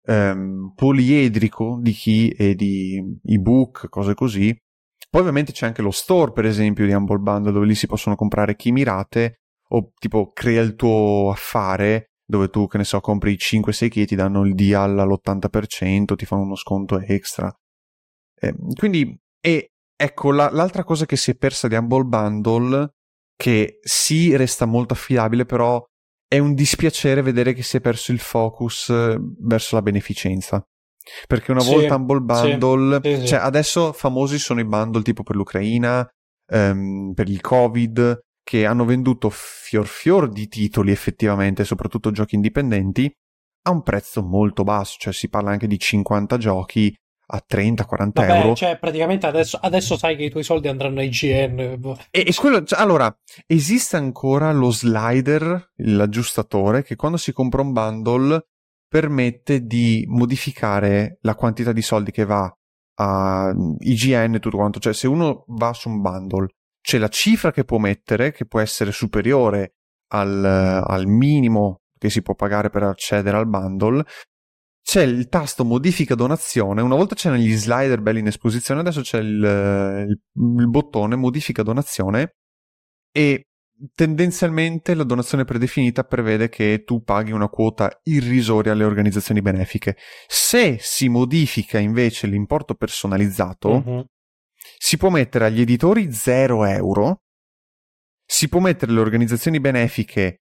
Speaker 1: poliedrico di key e di ebook, cose così. Poi ovviamente c'è anche lo store, per esempio, di Humble Bundle, dove lì si possono comprare key mirate, o tipo crea il tuo affare, dove tu, che ne so, compri 5-6 key e ti danno il deal all'80%, ti fanno uno sconto extra. Quindi, ecco, l'altra cosa che si è persa di Humble Bundle, che sì resta molto affidabile, però è un dispiacere vedere che si è perso il focus verso la beneficenza. Perché una volta Humble Bundle,
Speaker 2: sì.
Speaker 1: Cioè adesso famosi sono i bundle tipo per l'Ucraina, per il Covid, che hanno venduto fior di titoli effettivamente, soprattutto giochi indipendenti, a un prezzo molto basso, cioè si parla anche di 50 giochi a 30-40 euro.
Speaker 2: Cioè praticamente adesso sai che i tuoi soldi andranno a IGN.
Speaker 1: E quello, cioè, allora, esiste ancora lo slider, l'aggiustatore, che quando si compra un bundle permette di modificare la quantità di soldi che va a IGN e tutto quanto. Cioè se uno va su un bundle, c'è la cifra che può mettere, che può essere superiore al minimo che si può pagare per accedere al bundle. C'è il tasto modifica donazione. Una volta c'erano gli slider belli in esposizione, adesso c'è il bottone modifica donazione, e tendenzialmente la donazione predefinita prevede che tu paghi una quota irrisoria alle organizzazioni benefiche. Se si modifica invece l'importo personalizzato, si può mettere agli editori 0 euro, si può mettere alle organizzazioni benefiche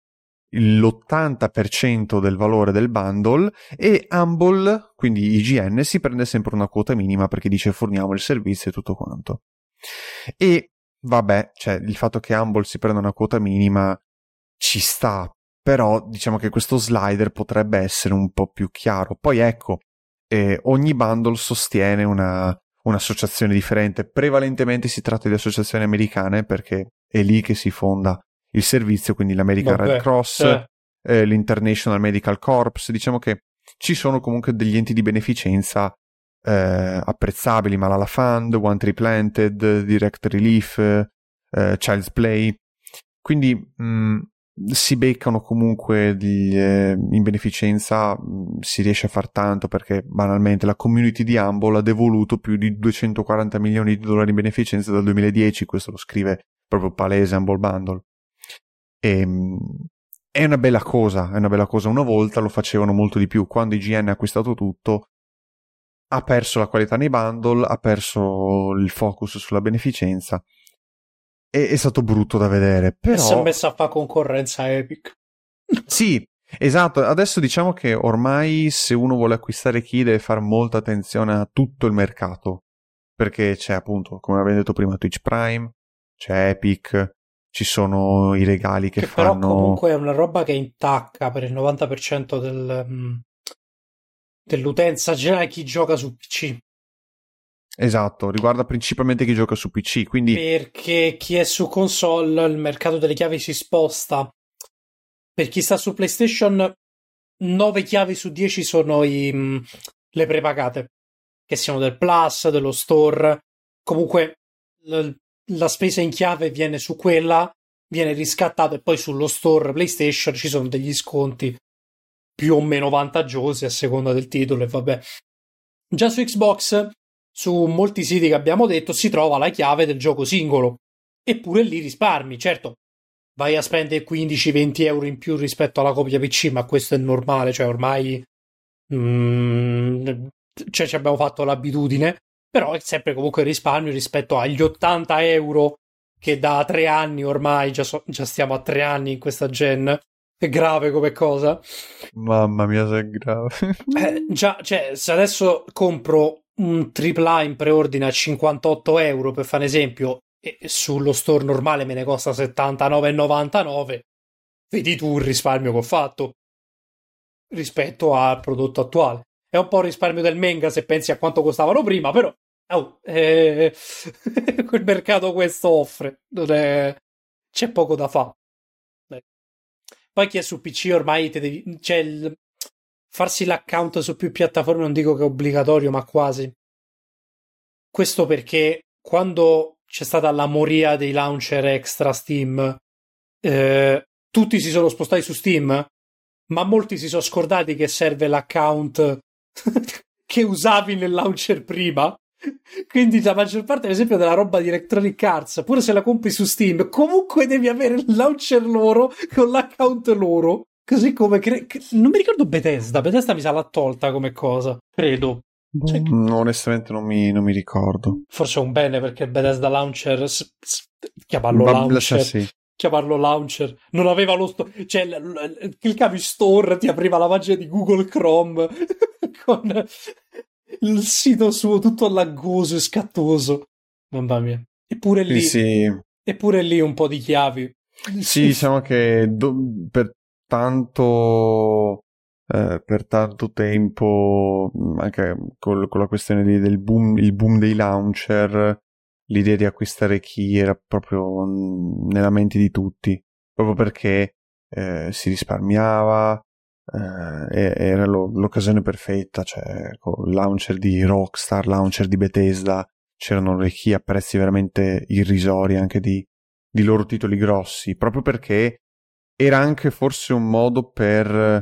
Speaker 1: l'80% del valore del bundle, e Humble, quindi IGN, si prende sempre una quota minima perché dice forniamo il servizio e tutto quanto. E vabbè, cioè il fatto che Humble si prenda una quota minima ci sta, però diciamo che questo slider potrebbe essere un po' più chiaro. Poi ecco, ogni bundle sostiene un'associazione differente. Prevalentemente si tratta di associazioni americane, perché è lì che si fonda il servizio, quindi l'American Red Cross, l'International Medical Corps. Diciamo che ci sono comunque degli enti di beneficenza apprezzabili: Malala Fund, One Tree Planted, Direct Relief, Child's Play. Quindi si beccano comunque in beneficenza, si riesce a far tanto, perché banalmente la community di Humble ha devoluto più di 240 milioni di dollari in beneficenza dal 2010. Questo lo scrive proprio palese Humble Bundle. È una bella cosa, Una volta lo facevano molto di più. Quando IGN ha acquistato tutto, ha perso la qualità nei bundle, ha perso il focus sulla beneficenza. È stato brutto da vedere, però...
Speaker 2: E si è messa a fare concorrenza a Epic.
Speaker 1: Sì, esatto. Adesso diciamo che ormai se uno vuole acquistare key deve fare molta attenzione a tutto il mercato, perché c'è appunto, come avevo detto prima, Twitch Prime, c'è Epic, ci sono i regali che fanno...
Speaker 2: Però comunque è una roba che intacca per il 90% dell'utenza generale, chi gioca su PC.
Speaker 1: Esatto, riguarda principalmente chi gioca su PC, quindi...
Speaker 2: Perché chi è su console, il mercato delle chiavi si sposta. Per chi sta su PlayStation, 9 chiavi su 10 sono le prepagate, che siano del Plus, dello Store. Comunque la spesa in chiave viene su quella, viene riscattato, e poi sullo store PlayStation ci sono degli sconti più o meno vantaggiosi a seconda del titolo, e vabbè. Già su Xbox, su molti siti che abbiamo detto, si trova la chiave del gioco singolo, eppure lì risparmi. Certo, vai a spendere 15-20 euro in più rispetto alla copia PC, ma questo è normale, cioè ormai cioè ci abbiamo fatto l'abitudine, però è sempre comunque risparmio rispetto agli 80 euro che da 3 anni ormai, già stiamo a 3 anni in questa gen. È grave come cosa.
Speaker 1: Mamma mia, se è grave.
Speaker 2: Già, cioè, se adesso compro un AAA in preordine a 58 euro, per fare un esempio, e sullo store normale me ne costa 79,99, vedi tu il risparmio che ho fatto rispetto al prodotto attuale. È un po' il risparmio del Menga se pensi a quanto costavano prima, però quel mercato questo offre, c'è poco da fare. Poi chi è su PC ormai farsi l'account su più piattaforme, non dico che è obbligatorio, ma quasi. Questo perché quando c'è stata la moria dei launcher extra Steam, tutti si sono spostati su Steam, ma molti si sono scordati che serve l'account che usavi nel launcher prima. Quindi la maggior parte, ad esempio, della roba di Electronic Arts, pure se la compri su Steam, comunque devi avere il launcher loro con l'account loro. Così come non mi ricordo Bethesda mi sa l'ha tolta come cosa, credo. Cioè,
Speaker 1: onestamente non mi ricordo.
Speaker 2: Forse è un bene, perché il Bethesda Launcher chiamarlo launcher non aveva cioè cliccavi store, ti apriva la pagina di Google Chrome con il sito suo tutto laggoso e scattoso. Mamma mia. Eppure lì, eppure lì un po' di chiavi.
Speaker 1: Sì, diciamo che per tanto tempo, anche con la questione del il boom dei launcher, l'idea di acquistare key era proprio nella mente di tutti, proprio perché si risparmiava, era l'occasione perfetta, cioè con il launcher di Rockstar, launcher di Bethesda, c'erano le key a prezzi veramente irrisori anche di loro titoli grossi, proprio perché era anche forse un modo per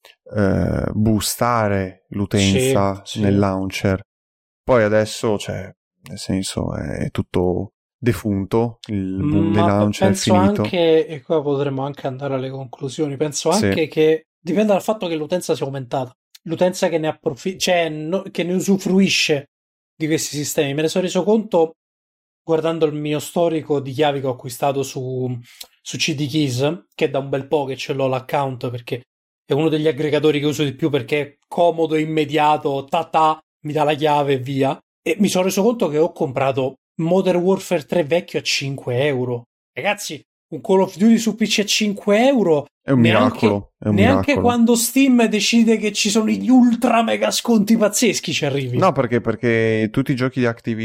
Speaker 1: boostare l'utenza nel launcher. Poi adesso, cioè, nel senso, è tutto defunto, il boom dei launcher è finito.
Speaker 2: Anche, e qua potremmo anche andare alle conclusioni, penso anche che dipende dal fatto che l'utenza sia aumentata, l'utenza che ne approfitta, cioè che ne usufruisce di questi sistemi. Me ne sono reso conto guardando il mio storico di chiavi che ho acquistato su CD Keys, che da un bel po' che ce l'ho l'account, perché è uno degli aggregatori che uso di più, perché è comodo, immediato, mi dà la chiave e via. E mi sono reso conto che ho comprato Modern Warfare 3 vecchio a 5 euro. Ragazzi, un Call of Duty su PC a 5 euro
Speaker 1: è un miracolo.
Speaker 2: Neanche quando Steam decide che ci sono gli ultra mega sconti pazzeschi ci arrivi.
Speaker 1: No, perché tutti i giochi di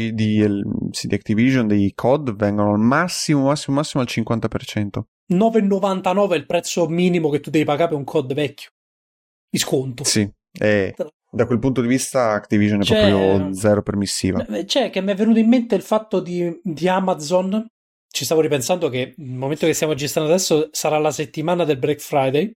Speaker 1: Activision, dei COD, vengono al massimo al 50%.
Speaker 2: 9,99 è il prezzo minimo che tu devi pagare per un COD vecchio di sconto.
Speaker 1: Sì, da quel punto di vista Activision è proprio zero permissiva.
Speaker 2: Cioè, che mi è venuto in mente il fatto di Amazon. Ci stavo ripensando che il momento che stiamo registrando adesso sarà la settimana del Black Friday,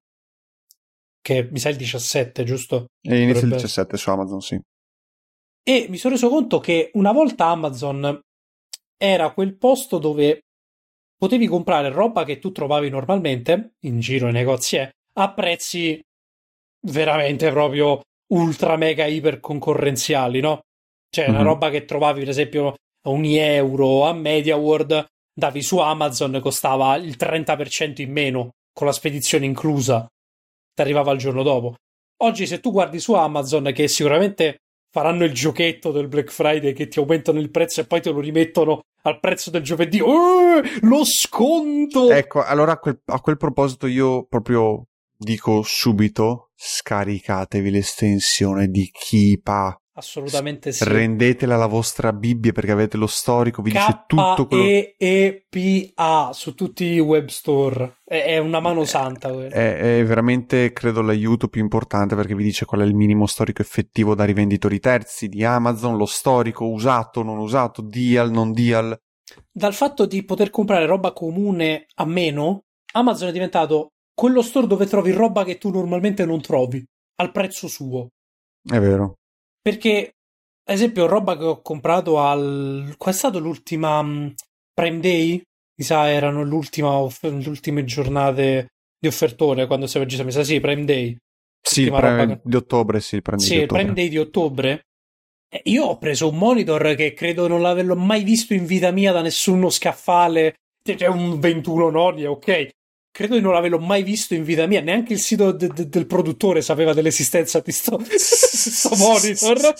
Speaker 2: che mi sa il 17, giusto?
Speaker 1: E inizia il 17 su Amazon, sì.
Speaker 2: E mi sono reso conto che una volta Amazon era quel posto dove potevi comprare roba che tu trovavi normalmente in giro ai negozi a prezzi veramente proprio ultra mega iper concorrenziali, no? Cioè una roba che trovavi per esempio a €1 a MediaWorld, davi su Amazon, costava il 30% in meno, con la spedizione inclusa, ti arrivava il giorno dopo. Oggi se tu guardi su Amazon, che sicuramente faranno il giochetto del Black Friday, che ti aumentano il prezzo e poi te lo rimettono al prezzo del giovedì, lo sconto!
Speaker 1: Ecco, allora a quel proposito io proprio dico subito, scaricatevi l'estensione di Keepa.
Speaker 2: Assolutamente sì.
Speaker 1: Rendetela la vostra Bibbia, perché avete lo storico, vi dice tutto quello.
Speaker 2: Keepa su tutti i web store. È una mano santa.
Speaker 1: È veramente, credo, l'aiuto più importante, perché vi dice qual è il minimo storico effettivo da rivenditori terzi di Amazon, lo storico usato, non usato, deal, non deal.
Speaker 2: dal fatto di poter comprare roba comune a meno, Amazon è diventato quello store dove trovi roba che tu normalmente non trovi, al prezzo suo.
Speaker 1: È vero.
Speaker 2: Perché, ad esempio, roba che ho comprato qual è stato l'ultima Prime Day? Mi sa, erano le ultime giornate di offertone, quando si è registrato. Mi sa, sì, Prime Day.
Speaker 1: Sì, il Prime di ottobre, sì, il Prime
Speaker 2: Sì,
Speaker 1: Day di
Speaker 2: il Prime
Speaker 1: ottobre.
Speaker 2: Day di ottobre. Io ho preso un monitor che credo non l'averlo mai visto in vita mia da nessuno scaffale. C'è un 21 noni, ok. Credo di non averlo mai visto in vita mia. Neanche il sito del produttore sapeva dell'esistenza di sto monitor.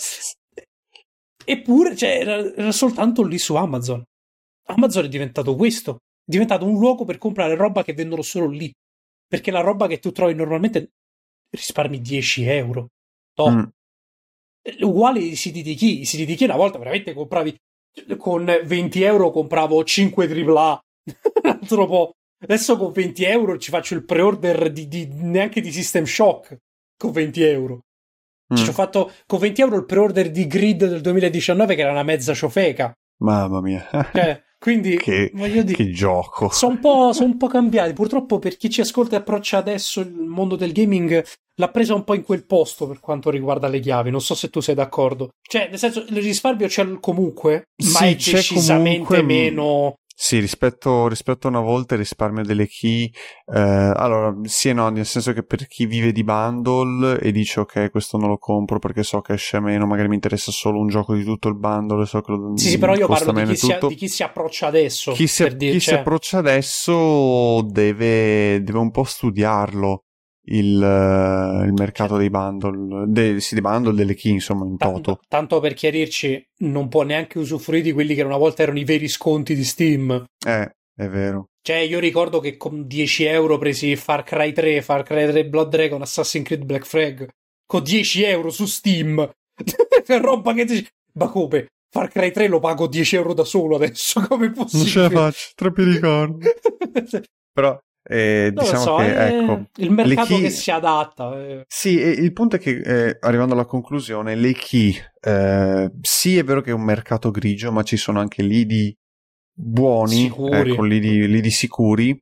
Speaker 2: Eppure, cioè, era soltanto lì su Amazon. Amazon è diventato questo. È diventato un luogo per comprare roba che vendono solo lì. Perché la roba che tu trovi normalmente risparmi 10 euro. No. Uguali i siti di chi? I siti di chi una volta veramente compravi con 20 euro compravo 5 AAA. Un altro po'. Adesso con 20 euro ci faccio il pre-order neanche di System Shock con 20 euro. Ci ho fatto con 20 euro il pre-order di Grid del 2019 che era una mezza ciofeca.
Speaker 1: Mamma mia.
Speaker 2: Quindi
Speaker 1: che gioco.
Speaker 2: Sono un po' cambiati. Purtroppo per chi ci ascolta e approccia adesso il mondo del gaming l'ha presa un po' in quel posto per quanto riguarda le chiavi. Non so se tu sei d'accordo. Cioè, nel senso, il risparmio c'è comunque, ma
Speaker 1: sì,
Speaker 2: è decisamente
Speaker 1: comunque,
Speaker 2: meno.
Speaker 1: Sì, rispetto a una volta il risparmio delle key, allora sì e no, nel senso che per chi vive di bundle e dice ok, questo non lo compro perché so che esce meno, magari mi interessa solo un gioco di tutto il bundle, so che
Speaker 2: Sì, però io parlo
Speaker 1: di
Speaker 2: chi si approccia adesso.
Speaker 1: Chi si approccia adesso deve un po' studiarlo il mercato dei bundle, dei bundle, delle key, insomma, in toto.
Speaker 2: Tanto per chiarirci, non può neanche usufruire di quelli che una volta erano i veri sconti di Steam.
Speaker 1: È vero.
Speaker 2: Cioè, io ricordo che con 10 euro presi Far Cry 3 Blood Dragon, Assassin's Creed Black Flag, con 10 euro su Steam. Che roba che dici, ma come? Far Cry 3 lo pago 10 euro da solo adesso, come è possibile?
Speaker 1: Non ce la faccio, troppi ricordi. Però diciamo che ecco,
Speaker 2: il mercato che si adatta.
Speaker 1: Sì, il punto è che arrivando alla conclusione, le key, sì, è vero che è un mercato grigio, ma ci sono anche lidi buoni,
Speaker 2: sicuri.
Speaker 1: Ecco, lidi sicuri,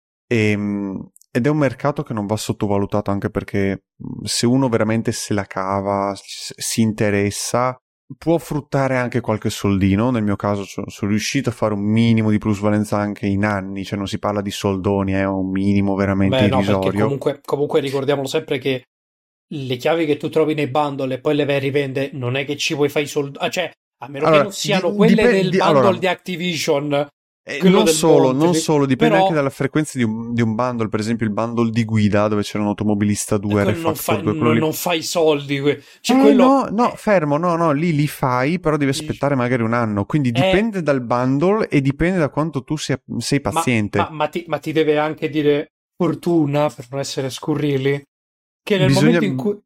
Speaker 1: ed è un mercato che non va sottovalutato, anche perché se uno veramente se la cava, si interessa, può fruttare anche qualche soldino. Nel mio caso sono riuscito a fare un minimo di plusvalenza anche in anni, cioè non si parla di soldoni, è un minimo veramente irrisorio.
Speaker 2: No, perché comunque ricordiamolo sempre che le chiavi che tu trovi nei bundle e poi le vai a rivendere, non è che ci puoi fare i soldi, cioè a meno che non siano quelle del bundle di Activision.
Speaker 1: Non solo, dipende anche dalla frequenza di un bundle. Per esempio il bundle di guida, dove c'era un automobilista 2 R-Factor 2,
Speaker 2: non fai soldi, cioè
Speaker 1: no, fermo, no, li fai, però devi aspettare magari un anno, quindi dipende dal bundle e dipende da quanto tu sei paziente.
Speaker 2: Ma ti deve anche dire fortuna, per non essere scurrili, che nel momento in cui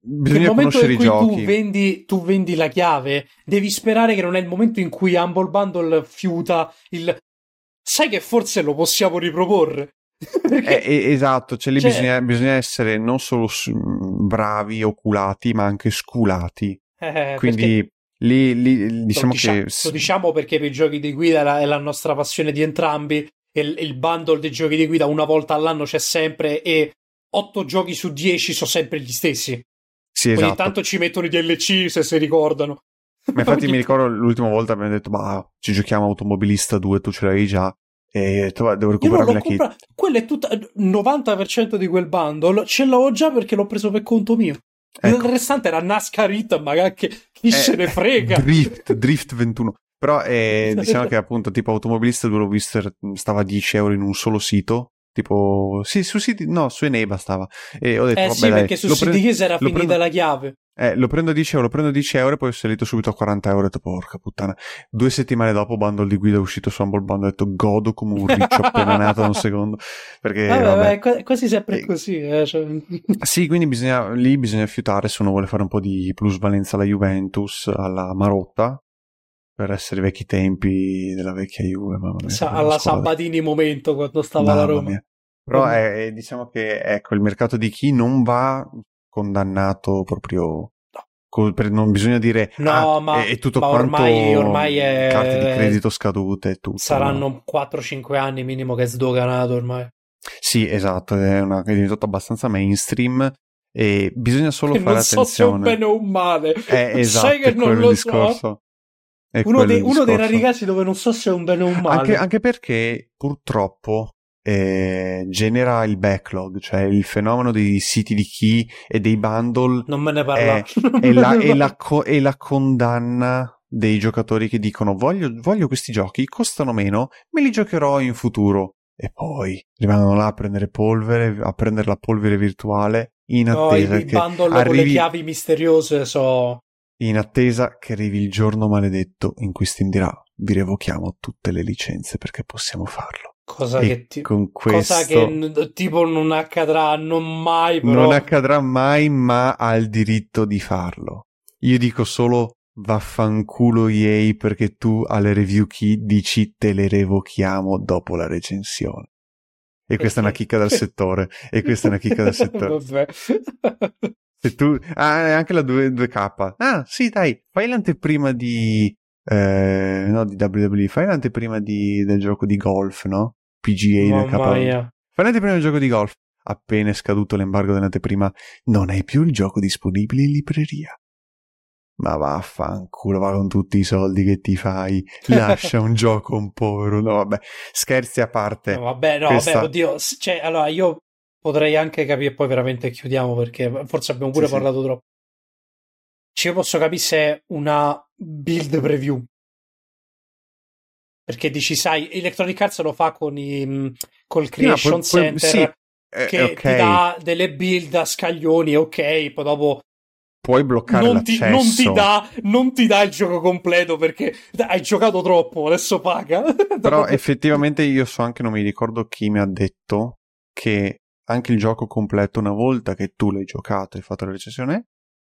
Speaker 2: tu vendi la chiave, devi sperare che non è il momento in cui Humble Bundle fiuta il sai che forse lo possiamo riproporre.
Speaker 1: Esatto, cioè lì bisogna essere non solo bravi, oculati, ma anche sculati. Quindi lì diciamo che
Speaker 2: lo diciamo perché per i giochi di guida è la nostra passione di entrambi. E il bundle dei giochi di guida una volta all'anno c'è sempre, e 8 giochi su 10 sono sempre gli stessi.
Speaker 1: Sì, esatto.
Speaker 2: Ogni tanto ci mettono i DLC, se si ricordano.
Speaker 1: Ma infatti mi ricordo l'ultima volta abbiamo detto ci giochiamo Automobilista 2, tu ce l'avevi già e devo recuperarmi la kit.
Speaker 2: Quello è tutta 90% di quel bundle ce l'avevo già perché l'ho preso per conto mio. Ecco. Il restante era NASCAR Hit, ma chi se ne frega.
Speaker 1: Drift 21. Però diciamo che appunto tipo Automobilista 2 l'ho visto, stava a 10 euro in un solo sito. Tipo, sì, su siti, no, su eBay stava. E ho detto, vabbè,
Speaker 2: sì, perché su siti chiesa era finita la chiave.
Speaker 1: Lo prendo a 10 euro, e poi ho salito subito a 40 euro. Ho detto, porca puttana. 2 settimane dopo, bundle di guida è uscito su Humble Bundle. Ho detto, godo come un riccio appena nato da un secondo. Perché,
Speaker 2: vabbè, è quasi sempre così. Cioè.
Speaker 1: Sì, quindi bisogna fiutare se uno vuole fare un po' di plusvalenza alla Juventus, alla Marotta, per essere vecchi tempi della vecchia Juve.
Speaker 2: Alla Sabatini momento, quando stava alla Roma.
Speaker 1: Mia. Però diciamo che ecco, il mercato di chi non va condannato proprio non bisogna dire è tutto
Speaker 2: ma
Speaker 1: quanto
Speaker 2: ormai è
Speaker 1: carte di credito scadute e tutto.
Speaker 2: Saranno
Speaker 1: no?
Speaker 2: 4-5 anni minimo che è sdoganato ormai.
Speaker 1: Sì, esatto, è diventato abbastanza mainstream e bisogna solo fare
Speaker 2: non so se è un
Speaker 1: attenzione.
Speaker 2: bene o un male.
Speaker 1: Esatto,
Speaker 2: sai che non lo
Speaker 1: discorso.
Speaker 2: so.
Speaker 1: È
Speaker 2: Uno dei
Speaker 1: discorso.
Speaker 2: rari casi dove non so se è un bene o un male.
Speaker 1: Anche perché purtroppo genera il backlog, cioè il fenomeno dei siti di key e dei bundle.
Speaker 2: Non me ne parla.
Speaker 1: È la condanna dei giocatori che dicono voglio questi giochi, costano meno, me li giocherò in futuro. E poi rimangono là a prendere la polvere virtuale in attesa
Speaker 2: i
Speaker 1: che
Speaker 2: bundle con le chiavi misteriose
Speaker 1: in attesa che arrivi il giorno maledetto in cui Steam dirà vi revochiamo tutte le licenze perché possiamo farlo.
Speaker 2: Cosa
Speaker 1: che
Speaker 2: tipo non accadrà, non mai però.
Speaker 1: Non accadrà mai, ma ha il diritto di farlo. Io dico solo vaffanculo EA perché tu alle review key dici te le revochiamo dopo la recensione. E questa è una chicca dal settore.
Speaker 2: Vabbè.
Speaker 1: Se tu anche la 2K. Sì, dai, fai l'anteprima di di WWE, fai l'anteprima del gioco di golf, no? PGA del K. Fai l'anteprima del gioco di golf. Appena è scaduto l'embargo dell'anteprima, non hai più il gioco disponibile in libreria. Ma vaffanculo, va con tutti i soldi che ti fai, lascia un gioco un povero. No, vabbè, scherzi a parte.
Speaker 2: Vabbè, oddio, cioè, allora io potrei anche capire, poi veramente chiudiamo perché forse abbiamo pure parlato troppo. Ci posso capire se è una build preview. Perché dici, sai, Electronic Arts lo fa col Creation Center che ti dà delle build a scaglioni, ok, poi dopo
Speaker 1: puoi bloccare l'accesso.
Speaker 2: Non ti dà il gioco completo perché hai giocato troppo, adesso paga.
Speaker 1: Però effettivamente io so anche, non mi ricordo chi mi ha detto, che anche il gioco completo, una volta che tu l'hai giocato e hai fatto la recensione,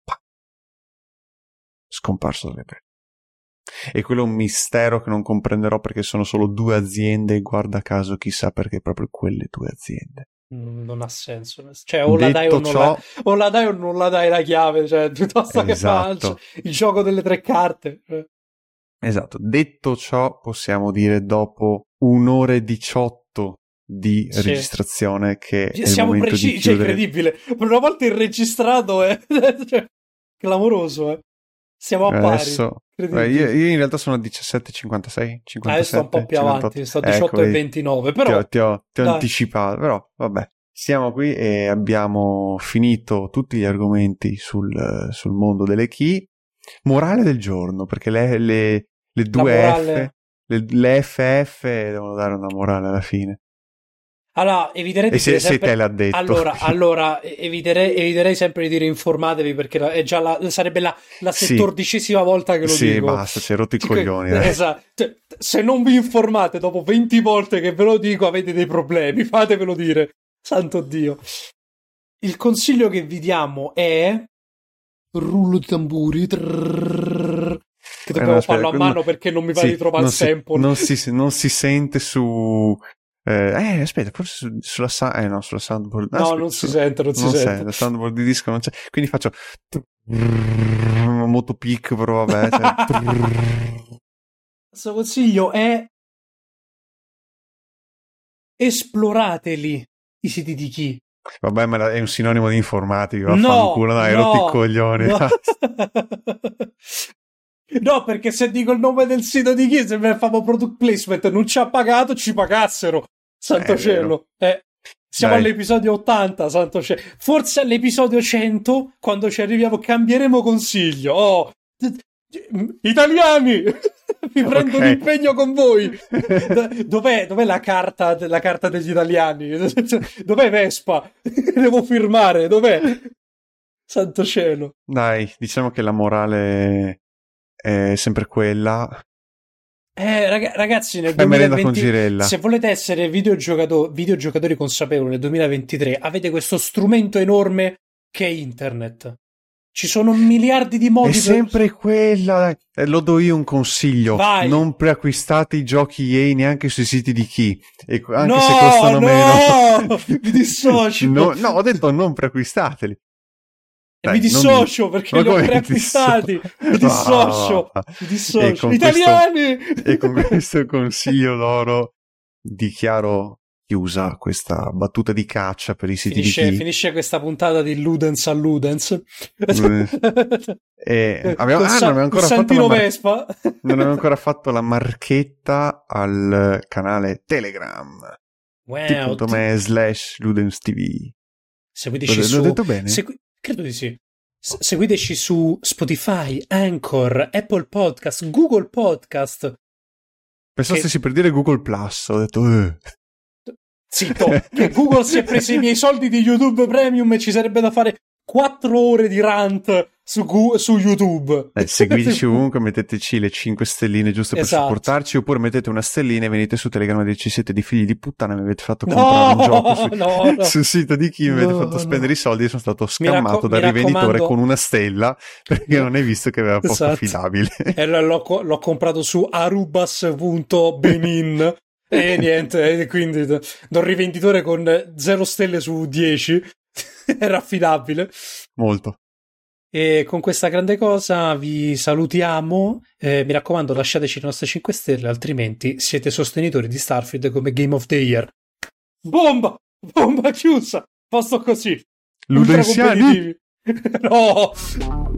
Speaker 1: scomparso dalle breve. E quello è un mistero che non comprenderò perché sono solo 2 aziende e guarda caso chissà perché proprio quelle 2 aziende.
Speaker 2: Non ha senso, cioè o la dai o non la dai la chiave, cioè piuttosto che fare il gioco delle 3 carte.
Speaker 1: Esatto, detto ciò possiamo dire dopo 1 ora e 18 di registrazione che è il momento di chiudere.
Speaker 2: Cioè, incredibile, per una volta il registrato è cioè, clamoroso, Siamo a pari.
Speaker 1: Adesso, io in realtà sono a 17,56.
Speaker 2: Adesso sto un po' più 58. Avanti, sto a 18,29. Però
Speaker 1: ti ho anticipato. Però vabbè, siamo qui e abbiamo finito tutti gli argomenti sul mondo delle key. Morale del giorno, perché le due le FF devono dare una morale alla fine.
Speaker 2: Allora, eviterei di
Speaker 1: dire sempre... te l'ha detto.
Speaker 2: Allora eviterei sempre di dire informatevi perché è già sarebbe la 14ª volta che lo dico.
Speaker 1: Sì, basta, ci hai rotto i coglioni.
Speaker 2: Esatto. Se non vi informate dopo 20 volte che ve lo dico avete dei problemi, fatevelo dire. Santo Dio. Il consiglio che vi diamo è rullo di tamburi che dobbiamo farlo a mano perché non mi va di trovare il sample.
Speaker 1: Non si sente su... aspetta, forse sulla soundboard.
Speaker 2: Non si sente.
Speaker 1: La soundboard di disco non c'è. Quindi faccio molto pic, però vabbè.
Speaker 2: Questo consiglio è esplorateli i siti di chi.
Speaker 1: Vabbè, ma è un sinonimo di informatica. Vaffanculo, dai, rotti i coglioni.
Speaker 2: No, perché se dico il nome del sito di chi, se me famo product placement, non ci ha pagato, ci pagassero. Santo cielo. Siamo all'episodio 80, santo cielo. Forse all'episodio 100, quando ci arriviamo, cambieremo consiglio. Oh, italiani! Mi prendo un impegno con voi. Dov'è la carta degli italiani? Dov'è Vespa? Devo firmare, dov'è? Santo cielo.
Speaker 1: Dai, diciamo che la morale è sempre quella.
Speaker 2: Ragazzi, nel 2020, se volete essere videogiocatori consapevoli nel 2023, avete questo strumento enorme che è internet. Ci sono miliardi di modi.
Speaker 1: È sempre quella. Lo do io un consiglio.
Speaker 2: Vai.
Speaker 1: Non preacquistate i giochi EA neanche sui siti di chi. Anche se costano meno.
Speaker 2: Mi dissocio.
Speaker 1: No, ho detto non preacquistateli.
Speaker 2: Mi dissocio perché li ho preacquistati. Mi dissocio. Italiani!
Speaker 1: E con questo consiglio d'oro dichiaro chiusa questa battuta di caccia per i siti di chi.
Speaker 2: Finisce questa puntata di Ludens a Ludens.
Speaker 1: E non abbiamo ancora fatto la marchetta al canale Telegram.
Speaker 2: Wow,
Speaker 1: t.me/LudensTV.
Speaker 2: Seguiteci
Speaker 1: L'ho detto bene?
Speaker 2: Credo di sì. Seguiteci su Spotify, Anchor, Apple Podcast, Google Podcast.
Speaker 1: Pensavo stessi per dire Google Plus, ho detto
Speaker 2: Zitto, che Google si è preso i miei soldi di YouTube Premium e ci sarebbe da fare 4 ore di rant su YouTube.
Speaker 1: Seguiteci ovunque, metteteci le 5 stelline giusto per supportarci, oppure mettete una stellina e venite su Telegram e dite siete dei figli di puttana, mi avete fatto comprare un gioco sul sito di chi mi avete fatto spendere i soldi e sono stato scammato dal rivenditore con una stella perché non hai visto che aveva posto affidabile.
Speaker 2: E l'ho comprato su arubas.benin e niente, quindi da un rivenditore con 0 stelle su 10 era affidabile
Speaker 1: molto.
Speaker 2: E con questa grande cosa vi salutiamo, mi raccomando lasciateci le nostre 5 stelle, altrimenti siete sostenitori di Starfield come Game of the Year. Bomba chiusa, posto così.
Speaker 1: Ludensiani.
Speaker 2: No.